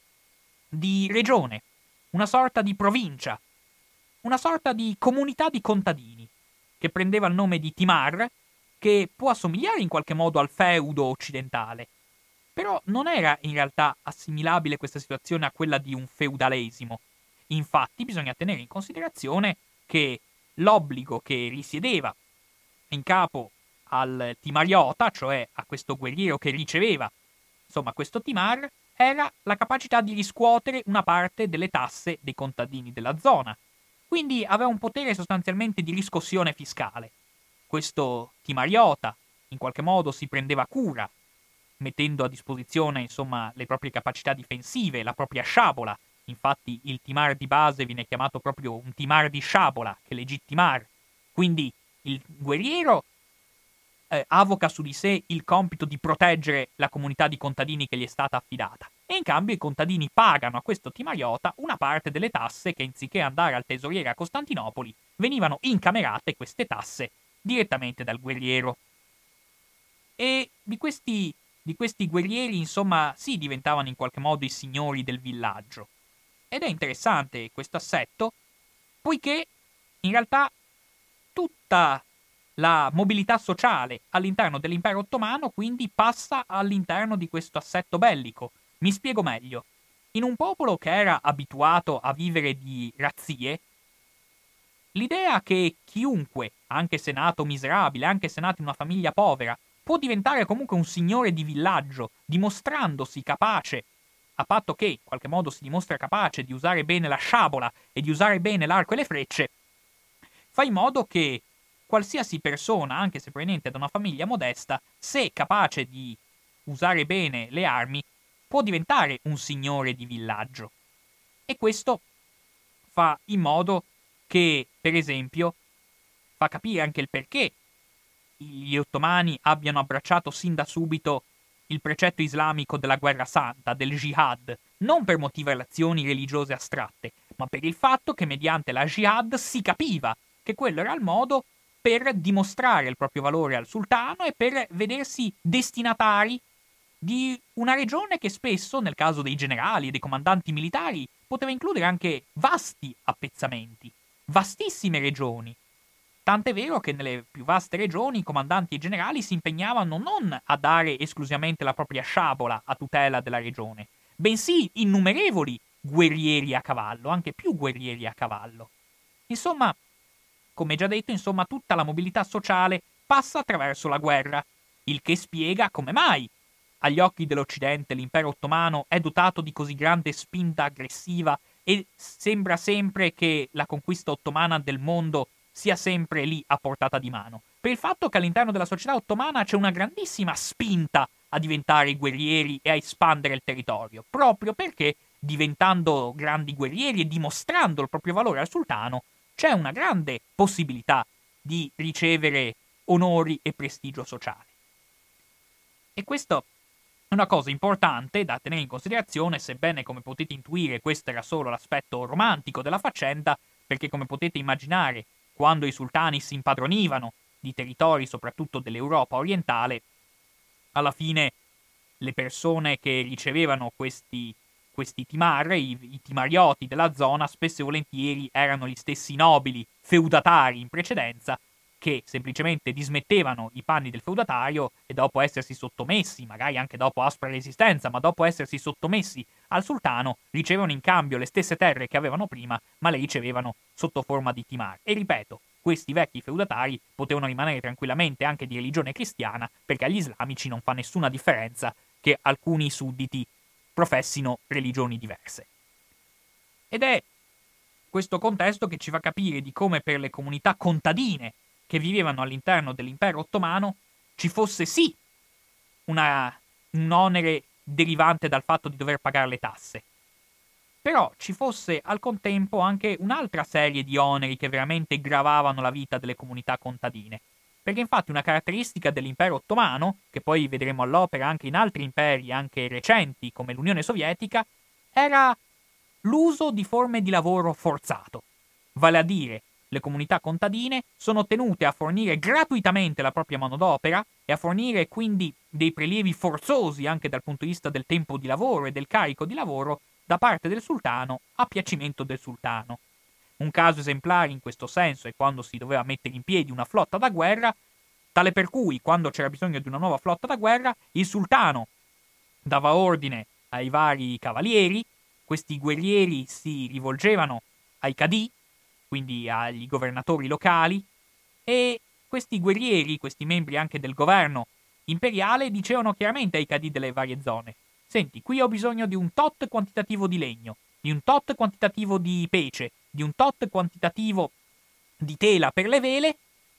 [SPEAKER 1] di regione, una sorta di provincia, una sorta di comunità di contadini, che prendeva il nome di Timar, che può assomigliare in qualche modo al feudo occidentale, però non era in realtà assimilabile questa situazione a quella di un feudalesimo. Infatti bisogna tenere in considerazione che l'obbligo che risiedeva in capo al timariota, cioè a questo guerriero che riceveva, insomma, questo timar, era la capacità di riscuotere una parte delle tasse dei contadini della zona. Quindi aveva un potere sostanzialmente di riscossione fiscale. Questo timariota in qualche modo si prendeva cura, mettendo a disposizione insomma le proprie capacità difensive, la propria sciabola. Infatti il timar di base viene chiamato proprio un timar di sciabola, che legittimar. Quindi il guerriero eh, avoca su di sé il compito di proteggere la comunità di contadini che gli è stata affidata. E in cambio i contadini pagano a questo timariota una parte delle tasse che, anziché andare al tesoriere a Costantinopoli, venivano incamerate queste tasse direttamente dal guerriero. E di questi, di questi guerrieri, insomma, sì, diventavano in qualche modo i signori del villaggio. Ed è interessante questo assetto, poiché in realtà tutta la mobilità sociale all'interno dell'impero ottomano quindi passa all'interno di questo assetto bellico. Mi spiego meglio. In un popolo che era abituato a vivere di razzie, l'idea che chiunque, anche se nato miserabile, anche se nato in una famiglia povera, può diventare comunque un signore di villaggio, dimostrandosi capace, a patto che in qualche modo si dimostra capace di usare bene la sciabola e di usare bene l'arco e le frecce, fa in modo che qualsiasi persona, anche se proveniente da una famiglia modesta, se capace di usare bene le armi, può diventare un signore di villaggio. E questo fa in modo che, per esempio, fa capire anche il perché gli ottomani abbiano abbracciato sin da subito il precetto islamico della guerra santa, del jihad, non per motivazioni religiose astratte, ma per il fatto che mediante la jihad si capiva che quello era il modo per dimostrare il proprio valore al sultano e per vedersi destinatari di una regione che spesso, nel caso dei generali e dei comandanti militari, poteva includere anche vasti appezzamenti, vastissime regioni. Tant'è vero che nelle più vaste regioni i comandanti e i generali si impegnavano non a dare esclusivamente la propria sciabola a tutela della regione, bensì innumerevoli guerrieri a cavallo, anche più guerrieri a cavallo. Insomma, come già detto, insomma, tutta la mobilità sociale passa attraverso la guerra, il che spiega come mai agli occhi dell'Occidente l'impero ottomano è dotato di così grande spinta aggressiva e sembra sempre che la conquista ottomana del mondo sia sempre lì a portata di mano, per il fatto che all'interno della società ottomana c'è una grandissima spinta a diventare guerrieri e a espandere il territorio, proprio perché, diventando grandi guerrieri e dimostrando il proprio valore al sultano, c'è una grande possibilità di ricevere onori e prestigio sociale. E questo è una cosa importante da tenere in considerazione, sebbene, come potete intuire, questo era solo l'aspetto romantico della faccenda, perché come potete immaginare, quando i sultani si impadronivano di territori soprattutto dell'Europa orientale, alla fine le persone che ricevevano questi, questi timar, i, i timarioti della zona, spesso e volentieri erano gli stessi nobili feudatari in precedenza, che semplicemente dismettevano i panni del feudatario e dopo essersi sottomessi, magari anche dopo aspra resistenza, ma dopo essersi sottomessi al sultano, ricevevano in cambio le stesse terre che avevano prima, ma le ricevevano sotto forma di timar. E ripeto, questi vecchi feudatari potevano rimanere tranquillamente anche di religione cristiana, perché agli islamici non fa nessuna differenza che alcuni sudditi professino religioni diverse. Ed è questo contesto che ci fa capire di come per le comunità contadine che vivevano all'interno dell'impero ottomano ci fosse sì una, un onere derivante dal fatto di dover pagare le tasse, però ci fosse al contempo anche un'altra serie di oneri che veramente gravavano la vita delle comunità contadine. Perché infatti una caratteristica dell'impero ottomano, che poi vedremo all'opera anche in altri imperi, anche recenti, come l'Unione Sovietica, era l'uso di forme di lavoro forzato. Vale a dire, le comunità contadine sono tenute a fornire gratuitamente la propria manodopera e a fornire quindi dei prelievi forzosi anche dal punto di vista del tempo di lavoro e del carico di lavoro da parte del sultano a piacimento del sultano. Un caso esemplare in questo senso è quando si doveva mettere in piedi una flotta da guerra, tale per cui, quando c'era bisogno di una nuova flotta da guerra, il sultano dava ordine ai vari cavalieri, questi guerrieri si rivolgevano ai cadì, quindi agli governatori locali, e questi guerrieri, questi membri anche del governo imperiale, dicevano chiaramente ai cadì delle varie zone: senti, qui ho bisogno di un tot quantitativo di legno, di un tot quantitativo di pece, di un tot quantitativo di tela per le vele,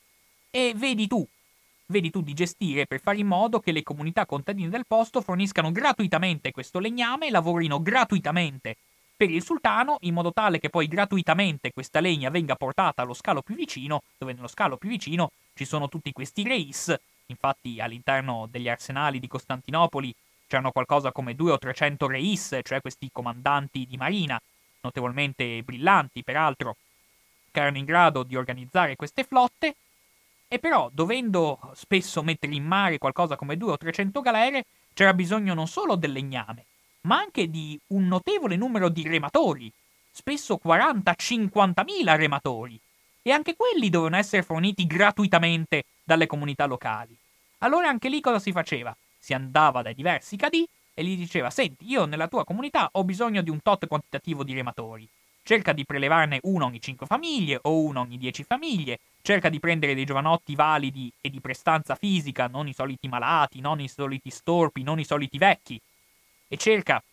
[SPEAKER 1] e vedi tu, vedi tu di gestire per fare in modo che le comunità contadine del posto forniscano gratuitamente questo legname, lavorino gratuitamente per il sultano, in modo tale che poi gratuitamente questa legna venga portata allo scalo più vicino, dove nello scalo più vicino ci sono tutti questi reis. Infatti all'interno degli arsenali di Costantinopoli c'erano qualcosa come due o trecento reis, cioè questi comandanti di marina, notevolmente brillanti peraltro, che erano in grado di organizzare queste flotte, e però, dovendo spesso mettere in mare qualcosa come due o trecento galere, c'era bisogno non solo del legname, ma anche di un notevole numero di rematori, spesso quaranta cinquantamila rematori, e anche quelli dovevano essere forniti gratuitamente dalle comunità locali. Allora anche lì cosa si faceva? Si andava dai diversi cadì e gli diceva: senti, io nella tua comunità ho bisogno di un tot quantitativo di rematori. Cerca di prelevarne uno ogni cinque famiglie o uno ogni dieci famiglie, cerca di prendere dei giovanotti validi e di prestanza fisica, non i soliti malati, non i soliti storpi, non i soliti vecchi, e cerca,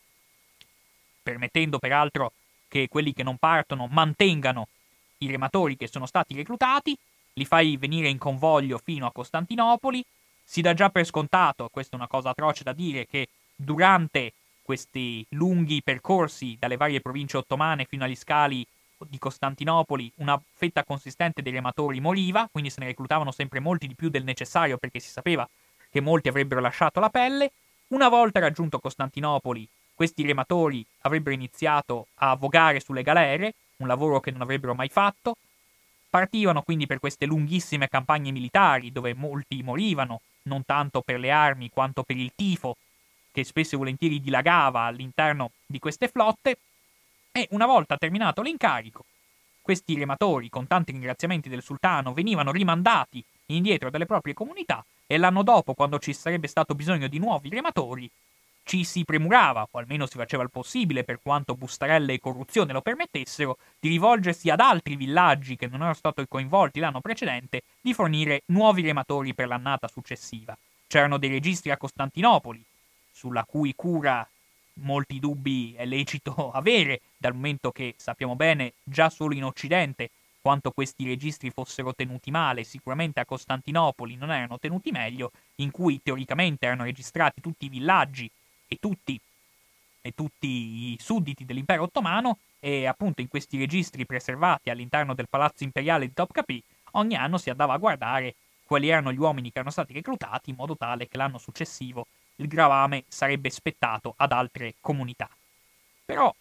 [SPEAKER 1] permettendo peraltro che quelli che non partono mantengano i rematori che sono stati reclutati, li fai venire in convoglio fino a Costantinopoli. Si dà già per scontato, questa è una cosa atroce da dire, che durante questi lunghi percorsi dalle varie province ottomane fino agli scali di Costantinopoli una fetta consistente dei rematori moriva, quindi se ne reclutavano sempre molti di più del necessario, perché si sapeva che molti avrebbero lasciato la pelle. Una volta raggiunto Costantinopoli, questi rematori avrebbero iniziato a vogare sulle galere, un lavoro che non avrebbero mai fatto. Partivano quindi per queste lunghissime campagne militari, dove molti morivano, non tanto per le armi quanto per il tifo, che spesso e volentieri dilagava all'interno di queste flotte. E una volta terminato l'incarico, questi rematori, con tanti ringraziamenti del sultano, venivano rimandati indietro dalle proprie comunità, e l'anno dopo, quando ci sarebbe stato bisogno di nuovi rematori, ci si premurava, o almeno si faceva il possibile, per quanto bustarelle e corruzione lo permettessero, di rivolgersi ad altri villaggi che non erano stati coinvolti l'anno precedente, di fornire nuovi rematori per l'annata successiva. C'erano dei registri a Costantinopoli, sulla cui cura molti dubbi è lecito avere, dal momento che sappiamo bene già solo in Occidente quanto questi registri fossero tenuti male. Sicuramente a Costantinopoli non erano tenuti meglio, in cui teoricamente erano registrati tutti i villaggi e tutti, e tutti i sudditi dell'impero ottomano, e appunto in questi registri preservati all'interno del palazzo imperiale di Topkapi ogni anno si andava a guardare quali erano gli uomini che erano stati reclutati, in modo tale che l'anno successivo il gravame sarebbe spettato ad altre comunità. Però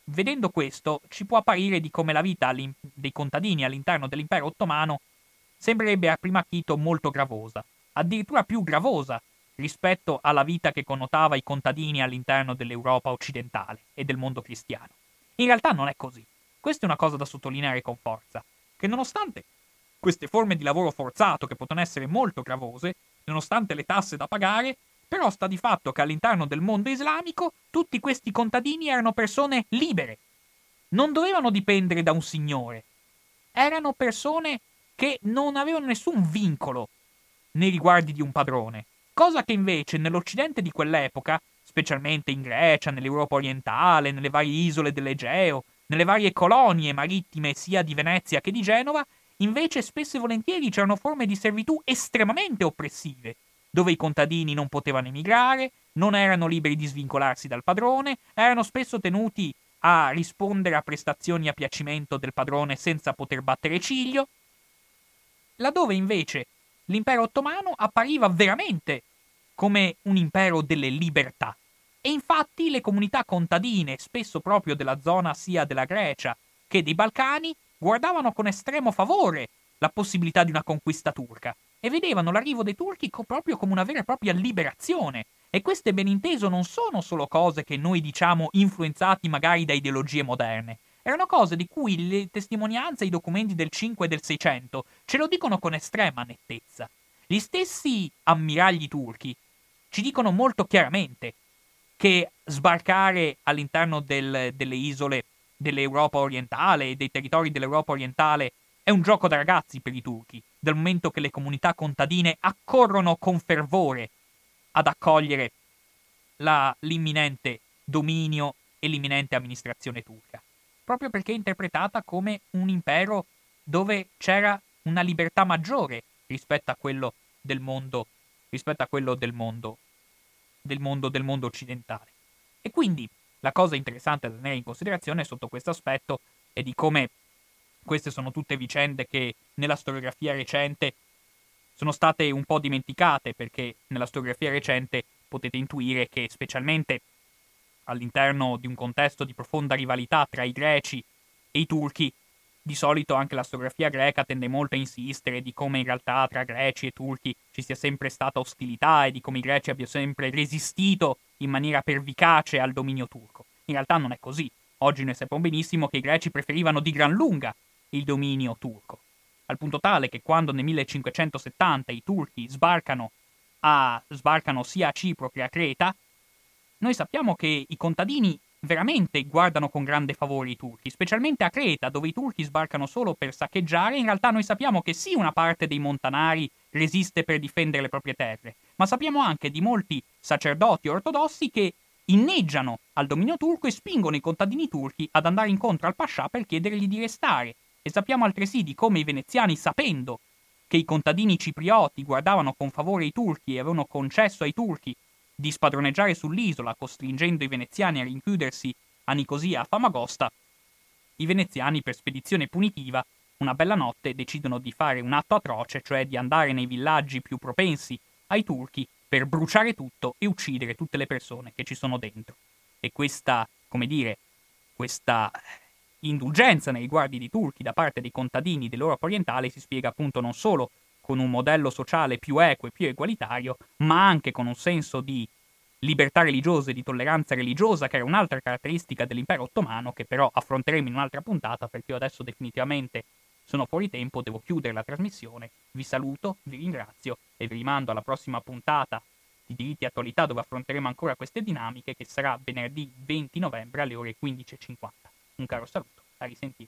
[SPEAKER 1] vedendo questo, ci può apparire di come la vita dei contadini all'interno dell'impero ottomano sembrerebbe a primo acchito molto gravosa, addirittura più gravosa rispetto alla vita che connotava i contadini all'interno dell'Europa occidentale e del mondo cristiano. In realtà non è così. Questa è una cosa da sottolineare con forza, che nonostante queste forme di lavoro forzato, che possono essere molto gravose, nonostante le tasse da pagare, però sta di fatto che all'interno del mondo islamico tutti questi contadini erano persone libere. Non dovevano dipendere da un signore. Erano persone che non avevano nessun vincolo nei riguardi di un padrone. Cosa che invece nell'Occidente di quell'epoca, specialmente in Grecia, nell'Europa orientale, nelle varie isole dell'Egeo, nelle varie colonie marittime sia di Venezia che di Genova, invece spesso e volentieri c'erano forme di servitù estremamente oppressive, dove i contadini non potevano emigrare, non erano liberi di svincolarsi dal padrone, erano spesso tenuti a rispondere a prestazioni a piacimento del padrone senza poter battere ciglio, laddove invece l'impero ottomano appariva veramente come un impero delle libertà. E infatti le comunità contadine, spesso proprio della zona sia della Grecia che dei Balcani, guardavano con estremo favore la possibilità di una conquista turca e vedevano l'arrivo dei turchi co- proprio come una vera e propria liberazione. E queste, ben inteso, non sono solo cose che noi diciamo influenzati magari da ideologie moderne. Erano cose di cui le testimonianze e i documenti del cinque e del seicento ce lo dicono con estrema nettezza. Gli stessi ammiragli turchi ci dicono molto chiaramente che sbarcare all'interno del, delle isole dell'Europa orientale e dei territori dell'Europa orientale è un gioco da ragazzi per i turchi, dal momento che le comunità contadine accorrono con fervore ad accogliere la, l'imminente dominio e l'imminente amministrazione turca, proprio perché è interpretata come un impero dove c'era una libertà maggiore rispetto a quello del mondo, rispetto a quello del mondo, del mondo, del mondo occidentale. E quindi la cosa interessante da tenere in considerazione sotto questo aspetto è di come queste sono tutte vicende che nella storiografia recente sono state un po' dimenticate, perché nella storiografia recente potete intuire che specialmente all'interno di un contesto di profonda rivalità tra i greci e i turchi, di solito anche la storiografia greca tende molto a insistere di come in realtà tra greci e turchi ci sia sempre stata ostilità e di come i greci abbiano sempre resistito in maniera pervicace al dominio turco. In realtà non è così. Oggi noi sappiamo benissimo che i greci preferivano di gran lunga il dominio turco, al punto tale che quando nel millecinquecentosettanta i turchi sbarcano, a, sbarcano sia a Cipro che a Creta, noi sappiamo che i contadini veramente guardano con grande favore i turchi, specialmente a Creta, dove i turchi sbarcano solo per saccheggiare. In realtà noi sappiamo che sì, una parte dei montanari resiste per difendere le proprie terre, ma sappiamo anche di molti sacerdoti ortodossi che inneggiano al dominio turco e spingono i contadini turchi ad andare incontro al pascià per chiedergli di restare. E sappiamo altresì di come i veneziani, sapendo che i contadini ciprioti guardavano con favore i turchi e avevano concesso ai turchi di spadroneggiare sull'isola, costringendo i veneziani a rinchiudersi a Nicosia a Famagosta, i veneziani, per spedizione punitiva, una bella notte decidono di fare un atto atroce, cioè di andare nei villaggi più propensi ai turchi per bruciare tutto e uccidere tutte le persone che ci sono dentro. E questa, come dire, questa indulgenza nei riguardi dei turchi da parte dei contadini dell'Europa orientale si spiega appunto non solo con un modello sociale più equo e più egualitario, ma anche con un senso di libertà religiosa e di tolleranza religiosa, che era un'altra caratteristica dell'impero ottomano, che però affronteremo in un'altra puntata, perché io adesso definitivamente sono fuori tempo, devo chiudere la trasmissione. Vi saluto, vi ringrazio e vi rimando alla prossima puntata di Diritti e Attualità, dove affronteremo ancora queste dinamiche, che sarà venerdì venti novembre alle ore quindici e cinquanta. Un caro saluto, a risentire.